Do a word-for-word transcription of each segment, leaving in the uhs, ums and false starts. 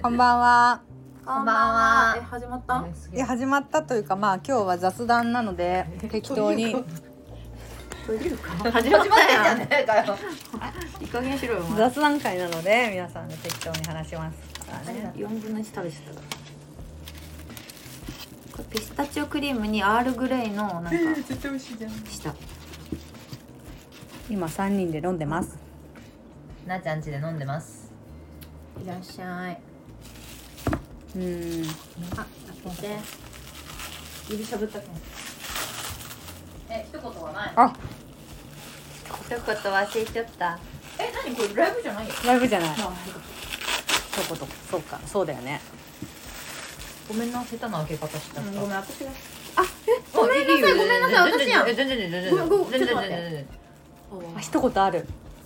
こんばんは。 こんばんは。 え、始まった？ いや始まったというか、まあ今日は雑談なので適当に始まったやん。 ねえかよ。 いい加減しろよ。お前雑談会なので皆さんで適当に話しますからね。 よんぶんのいち食べちゃったから。これピスタチオクリームにアールグレイのなんか絶対美味しいじゃん。 した。 今さんにんで飲んでます。 なあちゃん家で飲んでます。 いらっしゃい。 うーん。 あ、開けて。指しゃぶったけん。 え、一言はない？ あ、 一言忘れちゃった。 え、何これライブじゃないよ。 ライブじゃない。 あ、 そうこと、そうか、そうだよね。 ごめんな、下手な開け方しちゃった。 ごめん、私が。 ごめんなさい、 ごめんなさい、私やん。 全然全然全然ごめんごめん全然ちょっと待って全然。 あ、一言ある。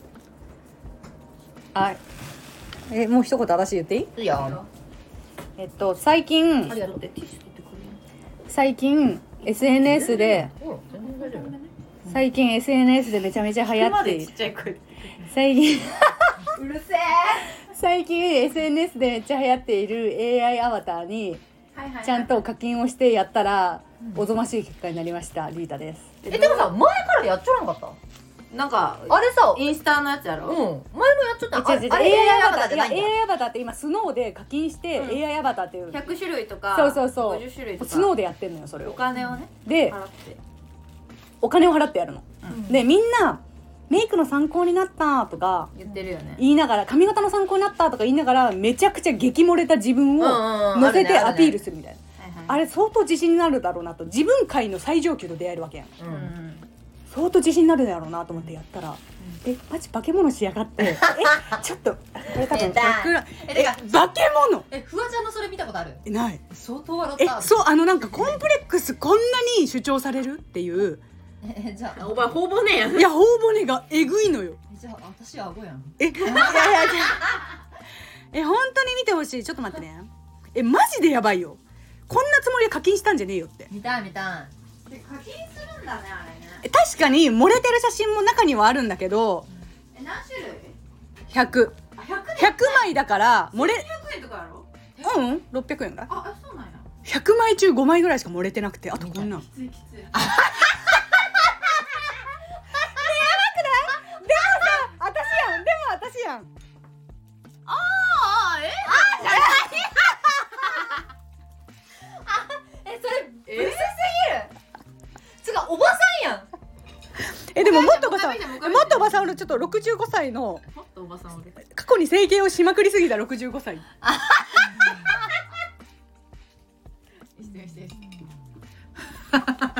あ、え、もう一言私言っていい？ いいよ。 えっと最近ありがとう。ティッシュ取ってくれる？ 最近 エスエヌエス でお、全然大丈夫。 最近 エスエヌエス でめちゃめちゃ流行っている。 ちゃい声。 最近うるせえ。 最近 エスエヌエス でめっちゃ流行っている エーアイ アバターにはいはいはい。 ちゃんと課金をしてやったらおぞましい結果になりました。リータです。 え、でもさ、前からやっちゃらんかった？ なんかあれさ、 インスタのやつやろ。 うん、前もやっちゃった。 違う違う違う、 あれエーアイ アバターじゃって、いやないんだ。 エーアイ アバターって今スノーで課金して、 うんエーアイ アバターっていうひゃくしゅるいとか。 そうそうそうごじゅっしゅるいとか。 スノーでやってんのよそれおを。 金をねで払って。 お金を払ってやるの、 うんでみんなメイクの参考になったとか言ってるよね。 言いながら、髪型の参考になったとか言いながらめちゃくちゃ激漏れた自分をうんうん乗せてあるねあるねアピールするみたいな、 はいはい。 あれ相当自信になるだろうなと。自分界の最上級と出会えるわけやん。 う。 うんん。 相当自信になるだろうなと思ってやったら、え、マジ化け物しやがってえ、ちょっとこれ多分出た桜えてかえ化け物え、フワちゃんのそれ見たことある？ えない相当笑え、 った。 そう、あのなんかコンプレックスこんなに主張されるっていう、 え、じゃあ、 お前ほぼねやん。 いや頬骨がえぐいのよ。 じゃあ私は顎やん。 え、いやいやいやえ、本当に見てほしい。ちょっと待ってね。え、マジでやばいよ。こんなつもりで課金したんじゃねえよって。 見たい見たい。 で課金するんだねあれね。 え、確かに漏れてる写真も中にはあるんだけど、 え、何種類？ ひゃくあ、ひゃくでひゃくまいだから漏れ、 ひゃくえんとかやろ？ うんろっぴゃくえんだ。 あ、あ、そうなんや。 ひゃくまい中ごまいぐらいしか漏れてなくて、あとこんなん。 きついきつい。 でもさ、私やん。でも私やん。 ああ、え？あ、じゃない。 え、それブスすぎる。つかおばさんやん。 え、でももっとおばさん、 もう一回見てもっとおばさん俺ちょっとろくじゅうごさいのもっとおばさんおる。 過去に整形をしまくりすぎたろくじゅうごさい。 してるしてる。 全然さ エスエヌエス で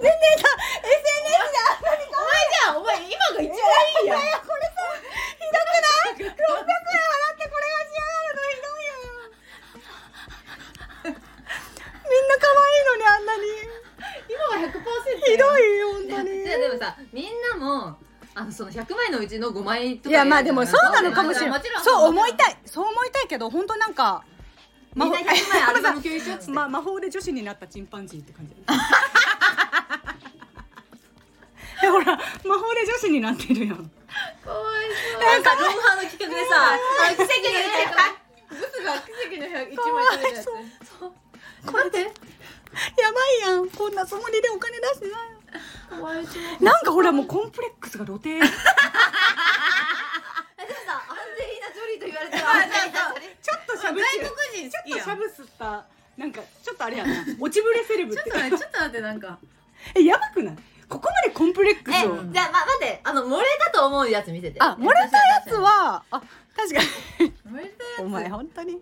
あんなに可愛い。 じゃあお前今が一番いいやん。 いやこれさひどくない？ろっぴゃくえん払ってこれが仕上がるのひどいよ。みんな可愛いのにあんなに今は ひゃくパーセント。 ひどいよ本当に。 じゃあでもさ、みんなもあのそのひゃくまいのうちのごまいとか。 いやまあでもそうなのかもしれない。 もちろんそう思いたい、そう思いたいけど本当なんかみんなひゃくまいアルバム共有しようっつって。 ま、魔法で女子になったチンパンジーって感じ。え、ほら魔法で女子になってるやん。 かわいそう。 なんかロンハーの企画でさ、あの奇跡のね、 ブスが奇跡の一枚取れるやつ。 これでやばいやん。こんなつもりでお金出してない。 かわいそう。 なんかほらもうコンプレックスが露呈。 でもさ、アンジェリーナ・ジョリーと言われてるアンジェリーナ・ジョリー。 ちょっとしゃぶ外ち国人好きやん。 ちょっとしゃぶすったなんかちょっとあれやな。落ちぶれセレブって。 ちょっと待って、ちょっと待ってなんか。 え、やばくない？ここまでコンプレックえ、 スを。 じゃあ、ま、待って、あの漏れたと思うやつ見せて。 あ、漏れたやつはあ、確かに漏れたやつ。 お前本当に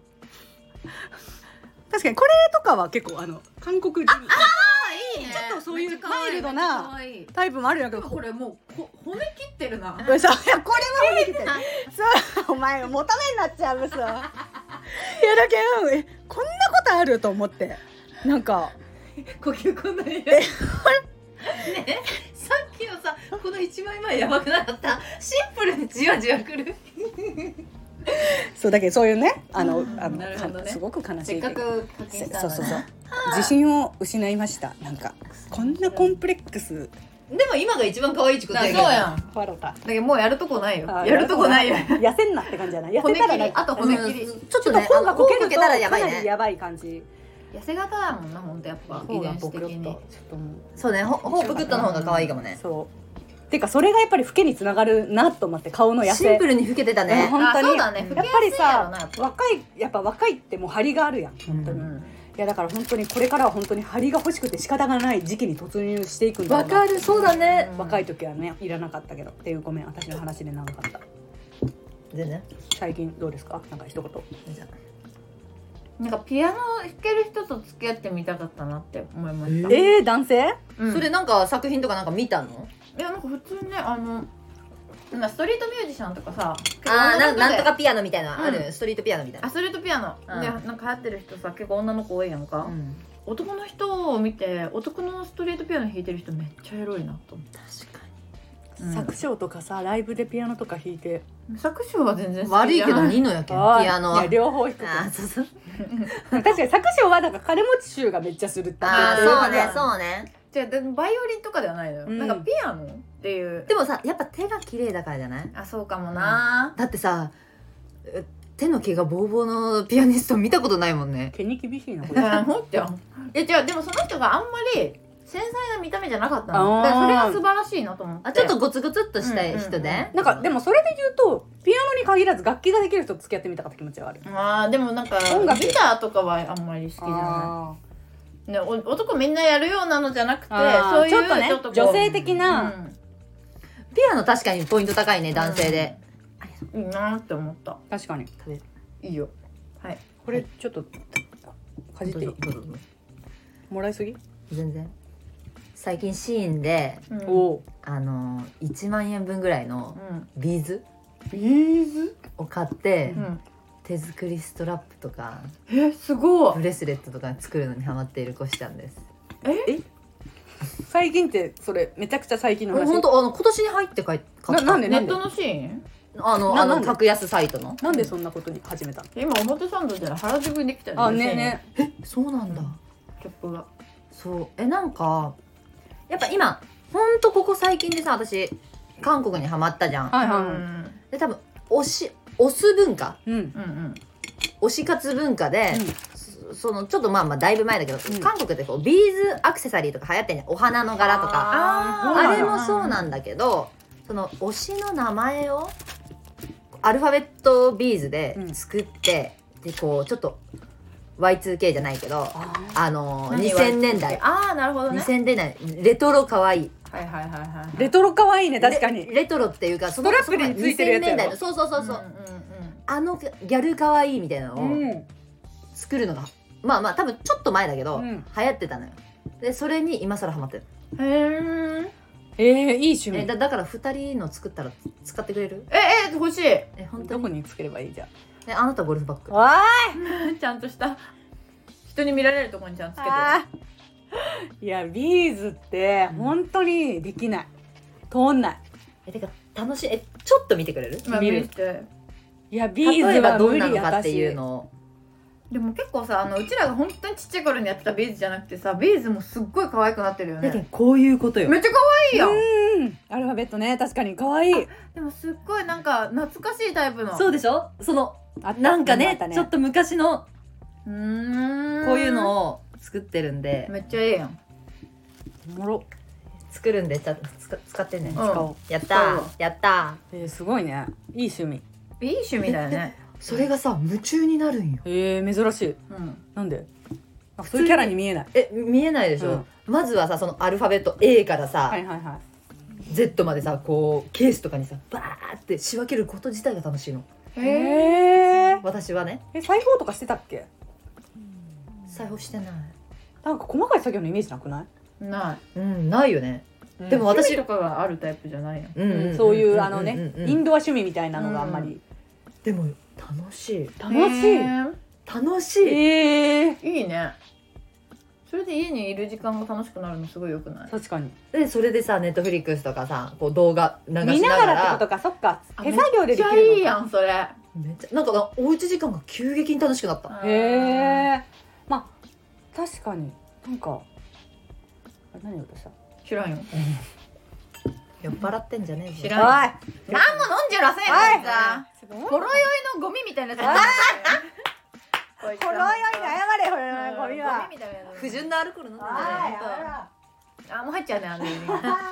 確かにこれとかは結構あの韓国人あ、いいね。 ちょっとそういうめっちゃ可愛いマイルドなめっちゃ可愛い。 タイプもあるんだけど、 これもうこ骨切ってるな。 これさ、いやこれはできてる。そうお前求めになっちゃうさ。いやだけどえこんなことあると思ってなんか呼吸こんなに。ねえ、さっきのさ、この一枚前やばくなかった。シンプルにじわじわくる。 そうだけどそういうねあのうんあのなるほどねすごく悲しいせっかく課金したのに。 そうそうそう自信を失いました。なんかこんなコンプレックスでも今が一番可愛いってことそうだけどやん。だ笑ったけどもうやるとこないよ。 あやるとこないよ。 痩せんなって感じじゃない痩骨せたらなんか切りあと骨切り。 ちょっちょっととね本がこけるとけたらやばいねかなりやばい感じ痩せ型だもんなほんとやっぱ遺そうだ伝子的に。 僕ちょっともうそうねホホープグッドの方が可愛いかもねそうてかそれがやっぱり老けにつながるなと思って顔の痩せシンプルに老けてたうんね本当にあそうだねやっぱり老けやすいやろさなやっぱ若いやっぱ若いってもう張りがあるやん本当に、 うんいやだから本当にこれからは本当に張りが欲しくて仕方がない時期に突入していくんだろうなわかるそうだね若い時はねいらなかったけどっていうごめん私の話で長かった全然最近どうですかなんか一言なんかピアノ弾ける人と付き合ってみたかったなって思いました。 えー、男性うんそれなんか作品とかなんか見たのいやなんか普通にねあのなんかストリートミュージシャンとかさあーななんとかピピアノみたいなのあるうストリートピアノみたいなあストリートピアノ、 うんでなんか流行ってる人さ結構女の子多いやんか、 うん男の人を見て男のストリートピアノ弾いてる人めっちゃエロいなと思って、 確かうん作詞とかさライブでピアノとか弾いて作詞は全然に好きじゃない悪いけどニノやけんあーピアノはいや両方弾くあーそうそう確かに作詞はなんか金持ち臭がめっちゃするってあー言ってそうねそうねじゃあでもバイオリンとかではないのよ、 うんなんかピアノっていうでもさやっぱ手が綺麗だからじゃないあそうかもな、 だってさえ手の毛がボーボーのピアニスト見たことないもんね毛に厳しいなこいれやほんとよいや違うでもその人があんまり繊細な見た目じゃなかったのあーだからそれが素晴らしいなと思ってあちょっとゴツゴツっとした人でなんかでもそれで言うとピアノに限らず楽器ができる人と付き合ってみたかった気持ちはあるあーでもなんか音楽ギターとかはあんまり好きじゃないね、お男みんなやるようなのじゃなくてあーそういうちょっとねこう女性的な、 うんピアノ確かにポイント高いね男性でいいなって思った確かに食べるいいよはいこれちょっとかじっていいどうぞどうぞもらいすぎ、 全然最近シーンでうんおおあのいちまんえんぶんぐらいのうんビーズビーズを買って、 うん手作りストラップとかえすごいブレスレットとか作るのにハマっているコシちゃんです最近ってそれめちゃくちゃ最近の話本当あの今年に入って買い買ったななんでネットのシーンあのあななんでの格安サイトのなんでそんなことに始めたの、 今表参道じゃない原宿にできたよあねねえそうなんだ、 ショップがそうえなんかやっぱ今ほんとここ最近でさ私韓国にハマったじゃんはいはいはいうんで多分推し推す文化うんうんうん推し活文化で、そそのちょっとまあまあだいぶ前だけど、 うん韓国ってこうビーズアクセサリーとか流行ってんじゃんお花の柄とかあーあれもそうなんだけどその推しの名前をアルファベットビーズで作って、でこうちょっと ワイツーケー じゃないけどああのー、 何にせんねんだいああなるほどねにせんねんだいレトロかわいいはいはいはいはいレトロ可愛いね確かにレレトロっていうかそのストラップについてるやつやろにせんねんだいのそうそうそうそう、 んんあのギャルかわいいみたいなのをうん作るのがまあまあ多分ちょっと前だけど、 うん流行ってたのよでそれに今更ハマってる、 うんへええー、いい趣味えだだからふたりの作ったら使ってくれるええ欲しいえ本当にどこにつければいいじゃんえあなたゴルフバッグわちゃんとした人に見られるところにちゃんとつけてあーいやビーズって本当にできない通んないえてか楽しいえちょっと見てくれるまあ見る見ていやビーズ例えばは無理どんなのかっていうのをでも結構さあのうちらが本当にちっちゃい頃にやってたビーズじゃなくてさビーズもすっごい可愛くなってるよだけどねこういうことよめっちゃ可愛いやんうんアルファベットね確かに可愛いでもすっごいなんか懐かしいタイプのそうでしょそのあったなんかねあったちょっと昔のうーんこういうのを作ってるんでめっちゃええやんおもろ作るんでちゃんと使使ってね、 うん使おうやったー使うわやったえー、すごいねいい趣味いい趣味だよねーそれがさ夢中になるんよえー、珍しいうんなんであそういうキャラに見えないえ見えないでしょ、 うんまずはさそのアルファベット A からさ、 はいはいはい Z までさこうケースとかにさバーって仕分けること自体が楽しいのへえへえ私はねえ裁縫とかしてたっけ裁縫してないなんか細かい作業のイメージなくないなうんないよね、 いでも私趣味とかがあるタイプじゃないやんうんうんうんそういうあのね、 うんうんインドア趣味みたいなのがあんまり、 でも楽しい楽しいへー楽しいえー、 いいねそれで家にいる時間が楽しくなるのすごいよくない確かにでそれでさネットフリックスとかさこう動画流しながら見ながらってことかそっか手作業でできるのかめっちゃいいやんそれめっちゃなんかおうち時間が急激に楽しくなったへえまあ確かになんかあれ何をした知らんよ酔っ払ってんじゃねえぞ。 知らん。何も飲んじゃらせんおいのさ。ほろ酔いのゴミみたいなやつ。 ほろ酔いに謝れほろ酔いのゴミは。 みたいな。 不純なアルコール飲んでんじゃねあ、もう入っちゃうね、あの指。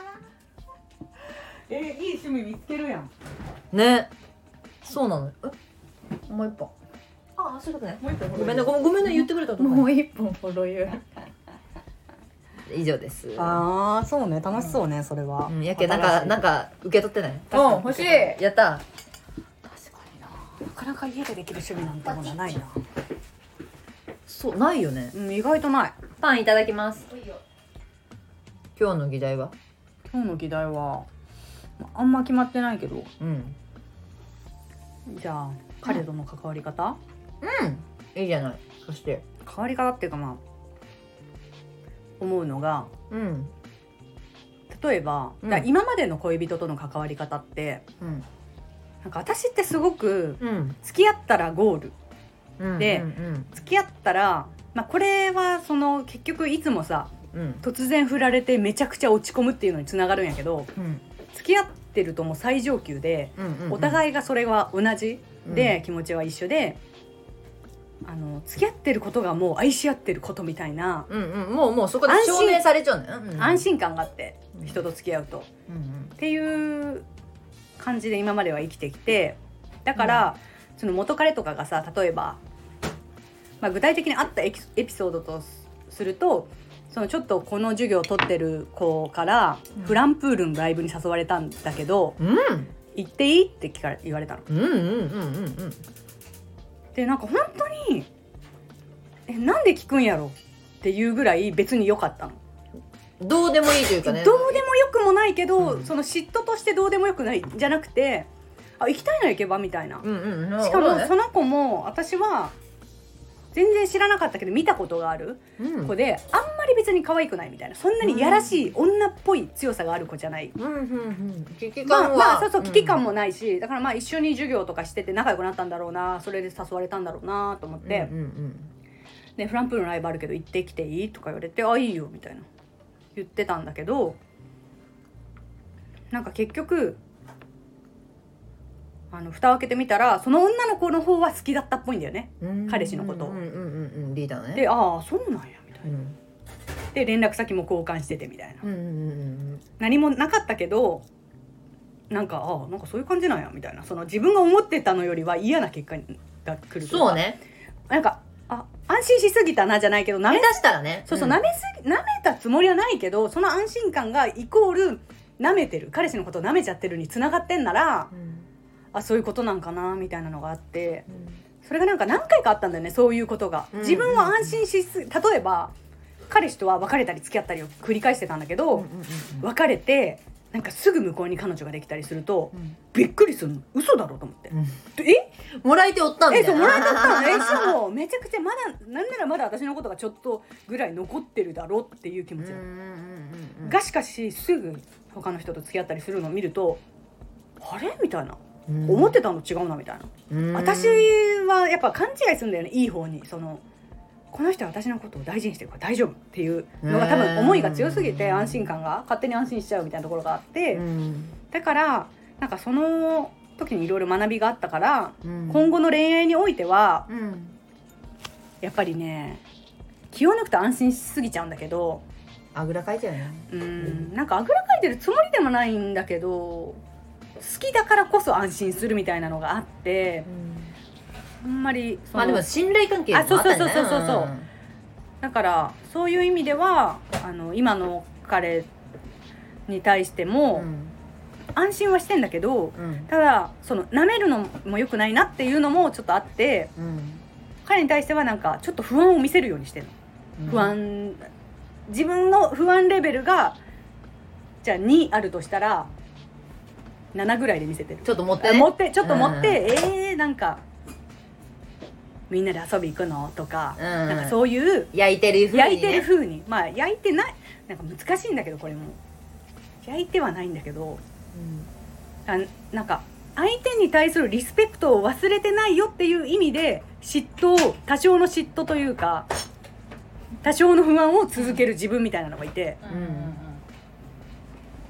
え、いい趣味見つけるやん。 えね。そうなの。えもう一本。ああ、そういうことね。 もう一個ごめんね、ごめんごめんね、言ってくれたともう一本ほろ酔い。 以上です。 ああ、そうね、楽しそうね、それは。 うん、やけなんかなんか受け取ってない。 うん、欲しい。 やった。 確かにな。なかなか家でできる趣味なんてものはないな。 そうないよね。 うん、意外とない。 パンいただきます。今日の議題は？ 今日の議題はあんま決まってないけど、 うん。 じゃあ彼との関わり方？ うん。いいじゃない。そして関わり方っていうかまあ思うのが、 うん例えば、 うんだから今までの恋人との関わり方ってうんなんか私ってすごくうん付き合ったらゴール、 うんでうん付き合ったら、まあ、これはその結局いつもさうん突然振られてめちゃくちゃ落ち込むっていうのにつながるんやけど、 うん付き合ってるともう最上級で、 うんうんお互いがそれは同じで、 うん気持ちは一緒で、あの付き合ってることがもう愛し合ってることみたいな、 うんうんもうもうそこで証明されちゃうのよ。うんうん安心感があって、 うん人と付き合うと、 うんうんっていう感じで今までは生きてきて、だから、うん、その元彼とかがさ例えば、まあ、具体的にあったエピ、エピソードとすると、そのちょっとこの授業を取ってる子から、うん、フランプールのライブに誘われたんだけど、 うん、 行っていいって聞かれ言われたの。 うんうんうんうんうんでなんか本当にえなんで聞くんやろっていうぐらい別に良かったの。 どうでもいいというかね。 どうでもよくもないけど、 うん、 その嫉妬としてどうでもよくないじゃなくて、あ行きたいなら行けばみたいな、 うんうん、 しかもその子も私は全然知らなかったけど見たことがある子で、あんまり別に可愛くないみたいな、そんなにやらしい女っぽい強さがある子じゃない、 うんうんうん、危機感は、 まあ、まあそうそう危機感もないし、だからまあ一緒に授業とかしてて仲良くなったんだろうな、それで誘われたんだろうなと思って、 うんうんうん、 でフランプールのライブあるけど行ってきていいとか言われて、あいいよみたいな言ってたんだけど、なんか結局あの蓋を開けてみたらその女の子の方は好きだったっぽいんだよね、彼氏のことを、 うんうんうんうん、リーダーね。 でああそうなんやみたいな、 うん、 で連絡先も交換しててみたいな、 うんうんうん、 何もなかったけどなんかああなんかそういう感じなんやみたいな、その自分が思ってたのよりは嫌な結果が来るとか、 そうね、 なんかあ安心しすぎたなじゃないけど舐め出したらね、 そうそう、 ん、 舐めすぎ舐めたつもりはないけど、その安心感がイコール舐めてる、彼氏のことを舐めちゃってるに繋がってんなら、うん、あそういうことなんかなみたいなのがあって、うん、それがなんか何回かあったんだよね、そういうことが、うん、自分は安心しすぎ、例えば彼氏とは別れたり付き合ったりを繰り返してたんだけど、うんうんうん、別れてなんかすぐ向こうに彼女ができたりすると、うん、びっくりするの、嘘だろうと思って、うん、えもらえておったんだよ、 えそうもらえておったのえそうめちゃくちゃまだなんならまだ私のことがちょっとぐらい残ってるだろうっていう気持ちなの、うんうんうん、がしかしすぐ他の人と付き合ったりするのを見るとあれみたいな、うん、思ってたの違うなみたいな、うん、私はやっぱ勘違いするんだよね、いい方に、そのこの人は私のことを大事にしてるから大丈夫っていうのが多分思いが強すぎて、安心感が勝手に安心しちゃうみたいなところがあって、うん、だからなんかその時にいろいろ学びがあったから、うん、今後の恋愛においては、うん、やっぱりね気を抜くと安心しすぎちゃうんだけど、 あぐらかいちゃうね、 うん、なんかあぐらかいてるつもりでもないんだけど、好きだからこそ安心するみたいなのがあって、うん、あんまりまあでも信頼関係もあったんじゃない？あ、そうそうそうそうそう、うん、だからそういう意味ではあの今の彼に対しても、うん安心はしてんだけど、うん、ただその舐めるのも良くないなっていうのもちょっとあって、うん、彼に対してはなんかちょっと不安を見せるようにしてるの、うん、不安自分の不安レベルがじゃあにあるとしたらななぐらいで見せてる、 ちょっと持って、ね、 持ってちょっと持って、うん、えーなんかみんなで遊び行くのとか、うん、なんかそういう焼いてる風に、ね、 焼いてる風にまあ焼いてないなんか難しいんだけどこれも焼いてはないんだけどうん、なんか相手に対するリスペクトを忘れてないよっていう意味で嫉妬多少の嫉妬というか多少の不安を続ける自分みたいなのがいて、うんうんうん、なん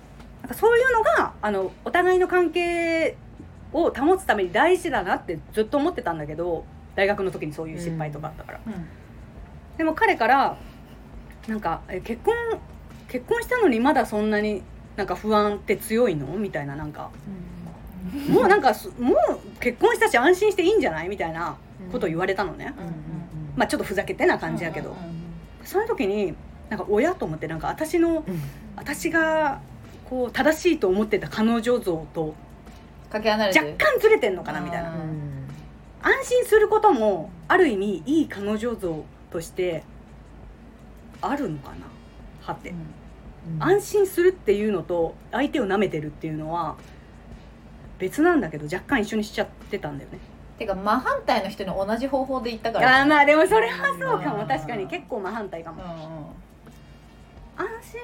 かそういうのがあのお互いの関係を保つために大事だなってずっと思ってたんだけど、大学の時にそういう失敗とかあったから、 うんでも彼からなんかえ結婚結婚したのにまだそんなになんか不安って強いのみたいな、なんか、うん、もうなんかもう結婚したし安心していいんじゃないみたいなことを言われたのね、うんうんうん、まあちょっとふざけてな感じやけど、うんうんうん、その時になんか親と思って、なんか私の、うん、私がこう正しいと思ってた彼女像とかけ離れて若干ずれてんのかなみたいな、うん、安心することもある意味いい彼女像としてあるのかなはて、うんうん、安心するっていうのと相手を舐めてるっていうのは別なんだけど、若干一緒にしちゃってたんだよね。 てか真反対の人に同じ方法で言ったから、ね、 あまあでもそれはそうかも、確かに結構真反対かも、うんうん、安心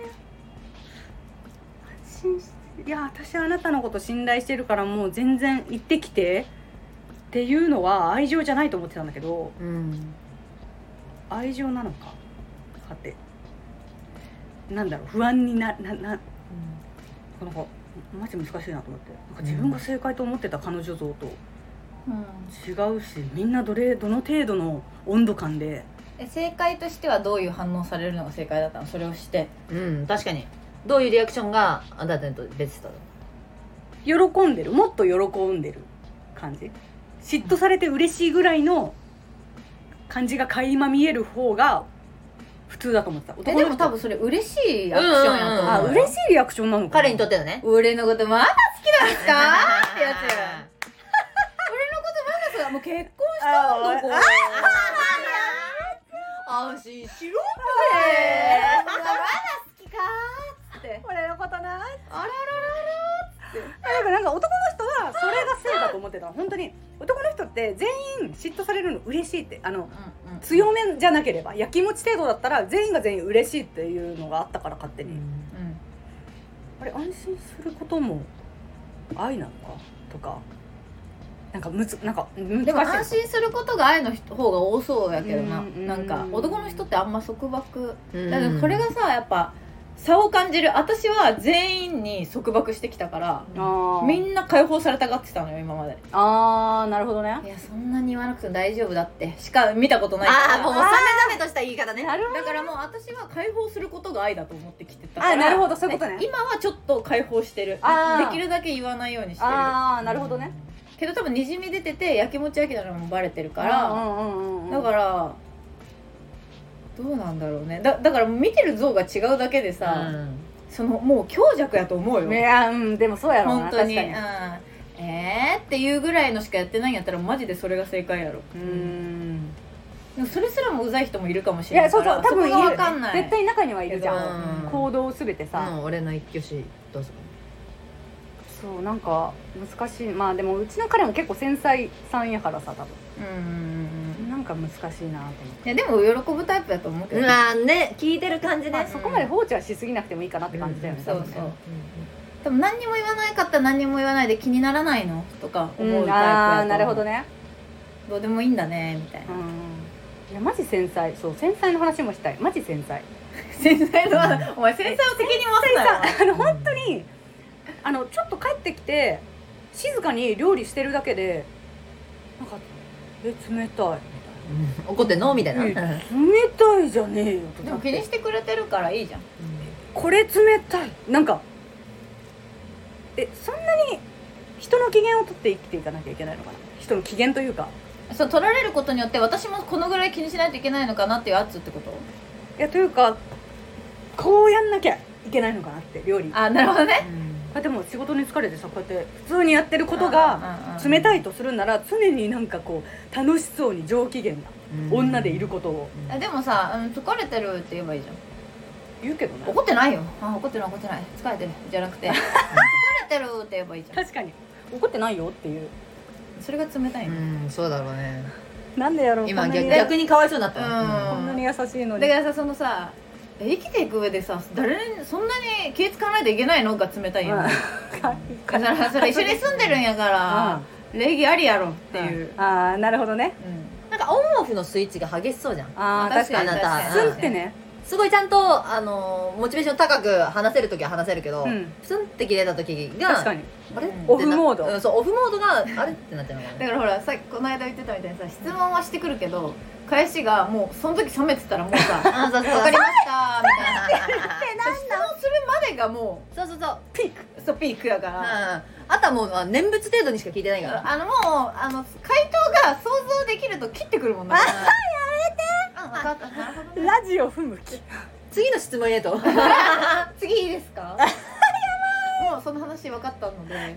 安心して、いや私はあなたのこと信頼してるからもう全然行ってきてっていうのは愛情じゃないと思ってたんだけど、うん、愛情なのかはて、なんだろう、不安にななな、うん、なんかマジ難しいなと思って、なんか自分が正解と思ってた彼女像と違うし、みんなどれどの程度の温度感で、 え正解としてはどういう反応されるのが正解だったの？それをして、 うん、確かにどういうリアクションがあなたと別だろう？喜んでる、もっと喜んでる感じ、嫉妬されて嬉しいぐらいの感じが垣間見える方が普通だと思ってた。 えでも多分それ嬉しいアクションやと思う、うんうんうん、 あ嬉しいリアクションなのかな、 彼にとってはね。 俺のことまだ好きなんですかってやつ俺のことまださ、もう結婚したのこう安心しろってまだ好きかーって俺のことなあららららってだからなんか男の人はそれが正だと思ってたの。本当に男の人って全員嫉妬されるの嬉しいって、あの、うんうん、強めじゃなければやきもち程度だったら全員が全員嬉しいっていうのがあったから勝手に、うんうん、あれ安心することも愛なのかとか、なんかむつなんか難しい。 でも安心することが愛の方が多そうやけどな、うんうん、なんか男の人ってあんま束縛、うん、だからこれがさやっぱ差を感じる。私は全員に束縛してきたから、うん、みんな解放されたがってたのよ今まで。 あーなるほどね。 いやそんなに言わなくても大丈夫だってしか見たことないから。 ああもうサメザメとした言い方ね。 だからもう私は解放することが愛だと思ってきてたから。 あなるほどそういうことね。 今はちょっと解放してる。できるだけ言わないようにしてる。 ああなるほどね、 うん、けど多分にじみ出ててやきもち焼きなのもバレてるから、うんうんうんうん、だからどうなんだろうね。 だ, だから見てる像が違うだけでさ、うんそのもう強弱やと思うよ。 いや、うん、でもそうやろうな本当に、確かに、うん、えーっていうぐらいのしかやってないんやったらマジでそれが正解やろ。うーんでもそれすらもうざい人もいるかもしれないから。いやそうそう多分いる、ね、分かんない。 絶対中にはいるじゃん、うん、行動すべてさ、 うん、俺の一挙手どうぞ。 そうなんか難しい。まあでもうちの彼も結構繊細さんやからさ多分うんなんか難しいなと思って。 いやでも喜ぶタイプだと思うけどね。 まあね聞いてる感じね、まあ、 そこまで放置はしすぎなくてもいいかなって感じだよね、うん、そうそう、うん、 でも何にも言わないかったら何にも言わないで気にならないのとか思うタイプやと、うん、 ああなるほどね。 どうでもいいんだねみたいな、うん、 いやマジ繊細。そう繊細の話もしたい。マジ繊細繊細の、うん、お前繊細を敵に回すなよ。 あの本当にあのちょっと帰ってきて静かに料理してるだけでなんかえ冷たい、うん、 怒ってんのみたいな、 冷たいじゃねえよと。 でも気にしてくれてるからいいじゃん、うん、 これ冷たいなんかえそんなに人の機嫌を取って生きていかなきゃいけないのかな。人の機嫌というかそう取られることによって私もこのぐらい気にしないといけないのかなっていう圧ってこと。 いやというかこうやんなきゃいけないのかなって料理。 あなるほどね、 うん、でも仕事に疲れてさこうやって普通にやってることが冷たいとするなら常になんかこう楽しそうに上機嫌な女でいることを、 うん、でもさ、うん、疲れてるって言えばいいじゃん。 言うけどね。 怒ってないよ。あ怒ってない怒ってない疲れてるじゃなくて疲れてるって言えばいいじゃん。 確かに怒ってないよっていう。 それが冷たいの。 うんそうだろうね。 なんでやろう今逆に逆にかわいそうになった。 うんこんなに優しいのに。 だからさそのさ生きていく上でさ誰にそんなに気使わないといけないのが冷たいよ、ね、うん、だからそれ一緒に住んでるんやから、うん、礼儀ありやろっていう、 うん、ああなるほどね、 うん、なんかオンオフのスイッチが激しそうじゃん。 ああ確かにあなたスンってねすごいちゃんと、あのーモチベーション高く話せる時は話せるけど、 うん、 プスンって切れた時が確かにあれ、 オフモード、 うん、そうオフモードがあれってなっちゃうのかな。 だからほらさっきこの間言ってたみたいにさ質問はしてくるけど返しがもうその時冷めてたらもうさあそうそうそうわかりましたみたいなって質問するまでがもそうそうそう、 うピークそうピークだから、 うん、あとはもうあ念仏程度にしか聞いてないから、 あのもうあの回答が想像できると切ってくるもんだからあやめてあ分かったなるほどねラジオ不向き。 次の質問へと次いいですかもうその話分かったのでやばい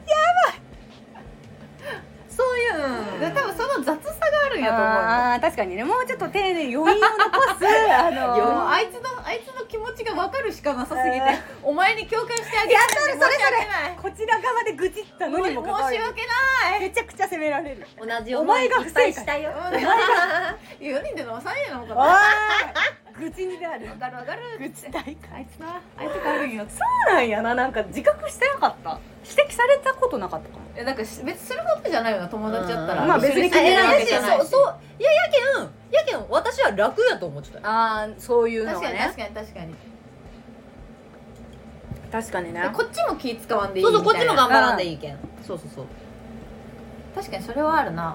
そういうで多分その雑さがあるんやと思うよああ確かにね、もうちょっと丁寧に余韻を残すあのいやもうあいつのあいつの気持ちが分かるしかなさすぎてお前に共感してあげるそれそれそれ申し訳ないこちら側で愚痴ったのにもかかわらず申し訳ないめちゃくちゃ責められる。 同じお前がいっぱいしたよ。 よにんで飲まさんやなのかおなー愚痴になる。 分かる分かる愚痴大会。 あいつなあいつがあるんよそうなんやな、なんか自覚してなかった。指摘されたことなかったかも。 えなんか別にすることじゃないよな友達だったらまあ別に一緒に住んでるわけじゃないしそうそういややけんやけん私は楽やと思っちゃった。 ああそういうの確かにがね。 確かに確かに確かにねで。こっちも気使わんでいいそうそうみたいなこっちも頑張らんでいいけん。そうそうそう。 確かにそれはあるな、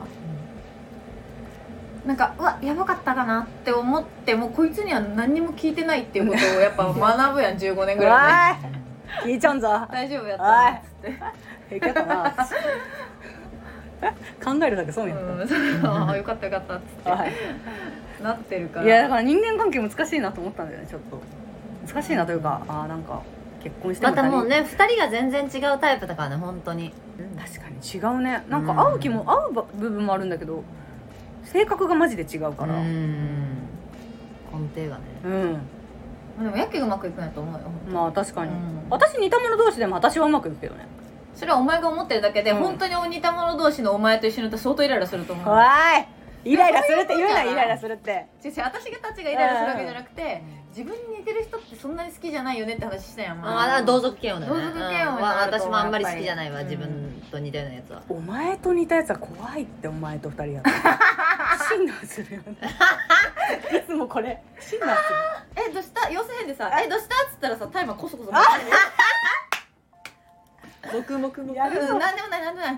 なんかうわやばかったかなって思ってもこいつには何にも聞いてないっていうことをやっぱ学ぶやんじゅうごねんぐらいねおい聞いちゃうんぞ。 大丈夫やったなっつってえけたな。考えるだけそうやった。 うんそうあよかったよかったっつってはいなってるからいやだから人間関係難しいなと思ったんだよね、ちょっと難しいなというか、ああなんか結婚してもまたもうねふたりが全然違うタイプだからね本当に。 確かに違うね。なんか合う気も合う部分もあるんだけど性格がマジで違うから。 ううんん根底がね。 でもやけがうまくいくんやと思うよまあ確かに、 うん私似た者同士でも私はうまくいくけどね。 それはお前が思ってるだけで、 うん本当に似た者同士のお前と一緒にいたら相当イライラすると思う。 わーいイライラするって言うな、 そういうことかなイライラするって。 違う違う私がたちがイライラするわけじゃなくて、自分に似てる人ってそんなに好きじゃないよねって話したやん。 ああ同族嫌悪だよね。 同族嫌悪うんになると私もあんまり好きじゃないわやっぱり自分と似たようなやつは。 お前と似たやつは怖いって。お前と二人やったら診断するよねいつもこれ診断する。 えどうした様子変でさえどうしたっつったらさタイマーコソコソ黙々もやるぞうんなんでもないなんでもない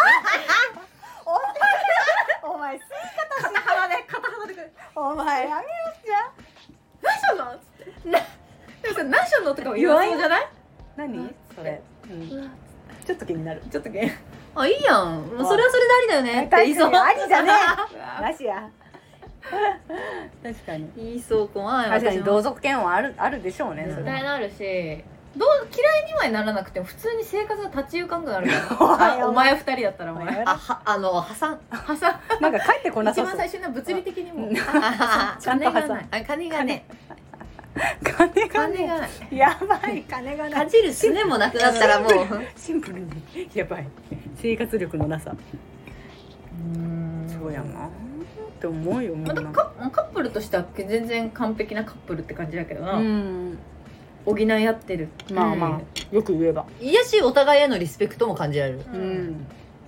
お前吸い方し鼻で片鼻でくる。お前やめろっちゃ。 何しょんのっつってなでもさ何しょんのとかも言わそうじゃない何それ、うん、ちょっと気になる。 ちょっとねあいいやんもうそれはそれでありだよねって言いそう。 ありじゃねえなしや確かに言いそう怖い。 確かに私も同族嫌悪はあるあるでしょうね、 うんそれ絶対なるしどう嫌いにはならなくても普通に生活が立ち行かんくなるからあお前二人だったらお前あはあの破産はさなんか帰ってこな一さそう。 番最初の物理的にもちゃんと破産。 あ金がね金がね金がないやばい、金がない。 かじるすねもなくなったらもうシンプルにやばい生活力のなさ。 うんそうやなって思うよ。もうまたなんかカカップルとしては全然完璧なカップルって感じだけどな、 うん補い合ってるまあまあよく言えばいやしお互いへのリスペクトも感じられる。 ううんん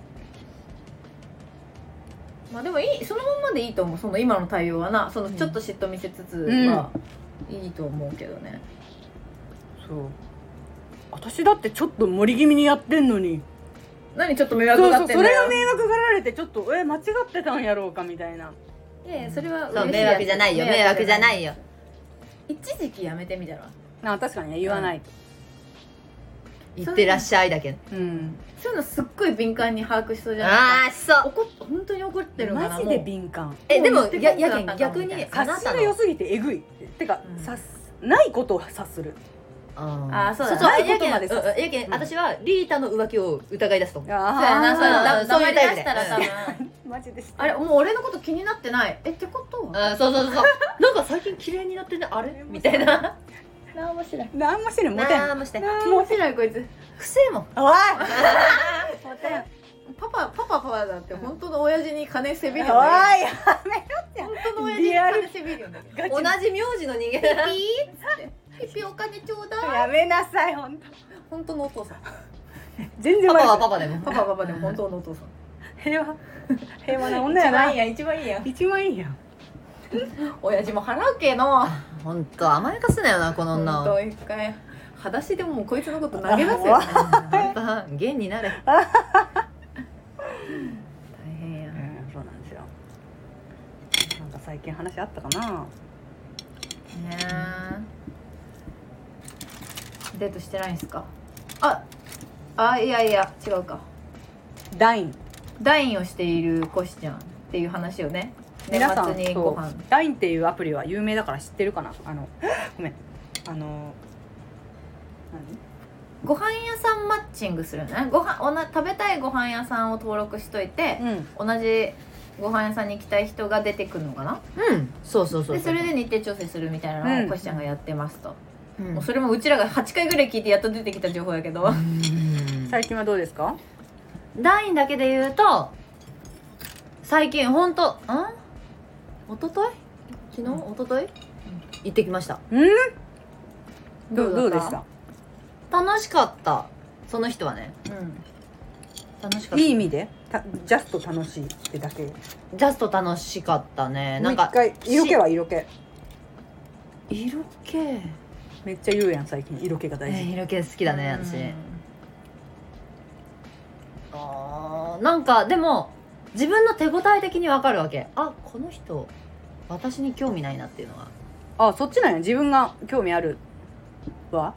まあでもいいそのまんまでいいと思うその今の対応はなそのちょっと嫉妬見せつつはいいと思うけどね、 そう私だってちょっと盛り気味にやってんのに何ちょっと迷そう惑がそうそれがってんだよ迷惑がられてちょっとえ間違ってたんやろうかみたいな。 いやいやそれはそう迷惑じゃないよ迷惑じゃないいよ。 一時期やめてみたらあ確かにね言わないと。 いってらっしゃいだけ。 うんそういうのすっごい敏感に把握しそうじゃないああそう。 怒っ本当に怒ってるのかなマジでもう敏感。 えでももうややけん言ってこんくなった逆にみたいなあなたの察しが良すぎてえぐいてか、 うん察すないことを察する。 ああーそうだねそうないやけんことまでさうんやけんうん私はリータの浮気を疑い出すと思う。 あそうやなそうやなそういうタイプで黙り出したら多分マジで知ってるあれもう俺のこと気になってないえってことはあそうそうそうそうなんか最近綺麗になってねあれみたいな。 なんもしない何もしてるモテん。 なんもしてなんもしないこいつくせえもん。 おいモテんパパパパパパだって本当の親父に金せびるおいよねや本当の親父に金せびるよねめろ同じ名字の人間ピーっつってピピお金ちょうだいやめなさい本当。 本当のお父さん全然パパは悪くパパでもパパパパでも本当のお父さん平和平和な女やな。 やん一番いいやん一番いいやん。 親父も払うけどほんと甘やかすなよなこの女ほんと一回裸足でもうこいつのこと投げ出すよねほんとゲンになれ大変や、 うん、そうなんですよ。なんか最近話あったかな。 ねえデートしてないんすか。ああいやいや違うか。 ダインダインをしているコシちゃんっていう話をね、年皆さん末にご飯ダインっていうアプリは有名だから知ってるかな。あのごめんあのご飯屋さんマッチングするのね。ご飯おな食べたいご飯屋さんを登録しといて、 何、 同じご飯屋さんに行きたい人が出てくるのかな。 うんそうそうそうでそれで日程調整するみたいなのうんをコシちゃんがやってますと、 うんもうそれもうちらがはちかいぐらい聞いてやっと出てきた情報やけど、 うん最近はどうですか。 ダインだけで言うと最近ほんとん一昨日昨日一昨日行ってきました。 うんどうだったどうでした。 楽しかった。その人はねうん楽しかった。 いい意味でたジャスト楽しいってだけ。 ジャスト楽しかったね。 もうん一なか回色気は色気色気めっちゃ言うやん最近色気が大えー事。 色気好きだね私。 うんあーなんかでも自分の手応え的に分かるわけ。あこの人私に興味ないなっていうのが。 あそっちなんや。自分が興味あるは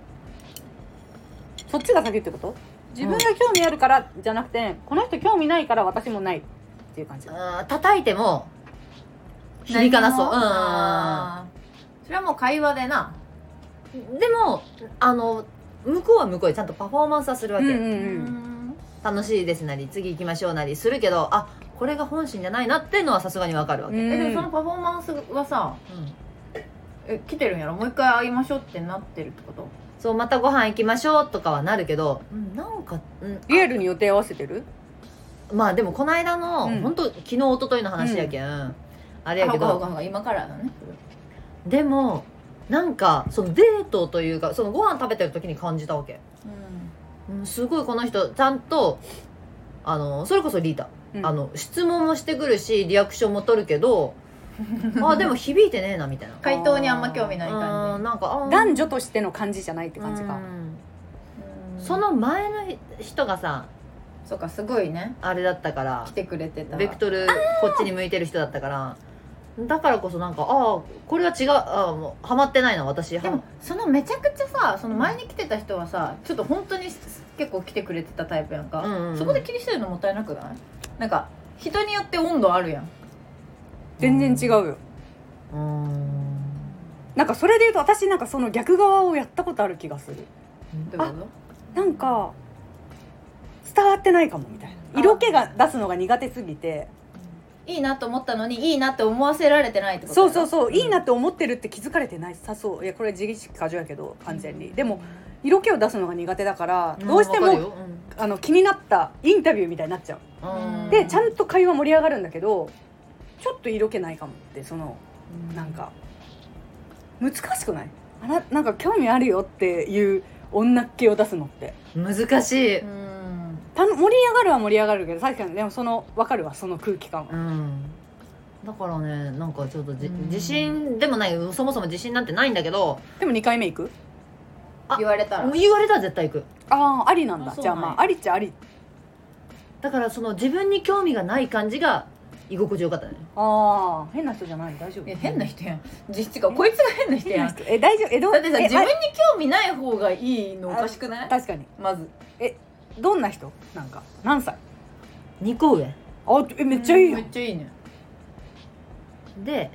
そっちが先ってこと。自分が興味あるからじゃなくて、この人興味ないから私もないっていう感じ。 あー叩いても響かなそう。 何もあーそれはもう会話でな。 うんでもあの向こうは向こうでちゃんとパフォーマンスはするわけ、 うんうんうんうん楽しいですなり次行きましょうなりするけど、あこれが本心じゃないなっていうのはさすがに分かるわけ、 うんえでもそのパフォーマンスはさえ来てるんやろ。もう一回会いましょうってなってるってこと。 そうまたご飯行きましょうとかはなるけど、うん、なんか、うん、 リアルに予定合わせてる。 まあでもこの間の、 うん本当昨日一昨日の話やけん、あれやけどあほかほかほか今からだね。 でもなんかそのデートというかそのご飯食べてる時に感じたわけ、うん、すごいこの人ちゃんとあのそれこそリータ、 うんあの質問もしてくるしリアクションも取るけどあでも響いてねえなみたいな回答にあんま興味ない感うんなんかあー男女としての感じじゃないって感じか。 うんじ。 その前の人がさそうかすごいねあれだったから来てくれてた。 ベクトルこっちに向いてる人だったからだからこそなんかああこれは違うああもうハマってないな私でもそのめちゃくちゃさその前に来てた人はさちょっと本当に結構来てくれてたタイプやんか、 うんうんうんそこで切り捨てるのもったいなくない。なんか人によって温度あるやん。 全然違うよ。 うーんなんかそれで言うと私なんかその逆側をやったことある気がする。 どういうことなんか伝わってないかもみたいな。色気が出すのが苦手すぎて。 いいなと思ったのにいいなって思わせられてないってことそうそうそう、 んいいなって思ってるって気づかれてないさそう。いやこれ自意識過剰やけど完全に。でも色気を出すのが苦手だからどうしても、 わかるよあの気になったインタビューみたいになっちゃう。 うんでちゃんと会話盛り上がるんだけどちょっと色気ないかもってそのなんか難しくない。あななんか興味あるよっていう女っ気を出すのって難しい、 うんた盛り上がるは盛り上がるけど確かにでもその分かるわその空気感は。 うん、だからねなんかちょっとじうん自信でもないそもそも自信なんてないんだけどでもにかいめ行く。 あ言われたら言われたら絶対行く。 ああありなんだ。じゃああそうなんやまあありっちゃあり。 だからその自分に興味がない感じが居心地よかったね。 ああ変な人じゃない大丈夫。 え変な人やん。実質かこいつが変な人や変なん人え大丈夫えどうだってさえ自分にあ興味ない方がいいのおかしくない。 確かにまずどんな人なんか何歳。 にこ上あえめっちゃいいよめっ。ちゃいいね。 で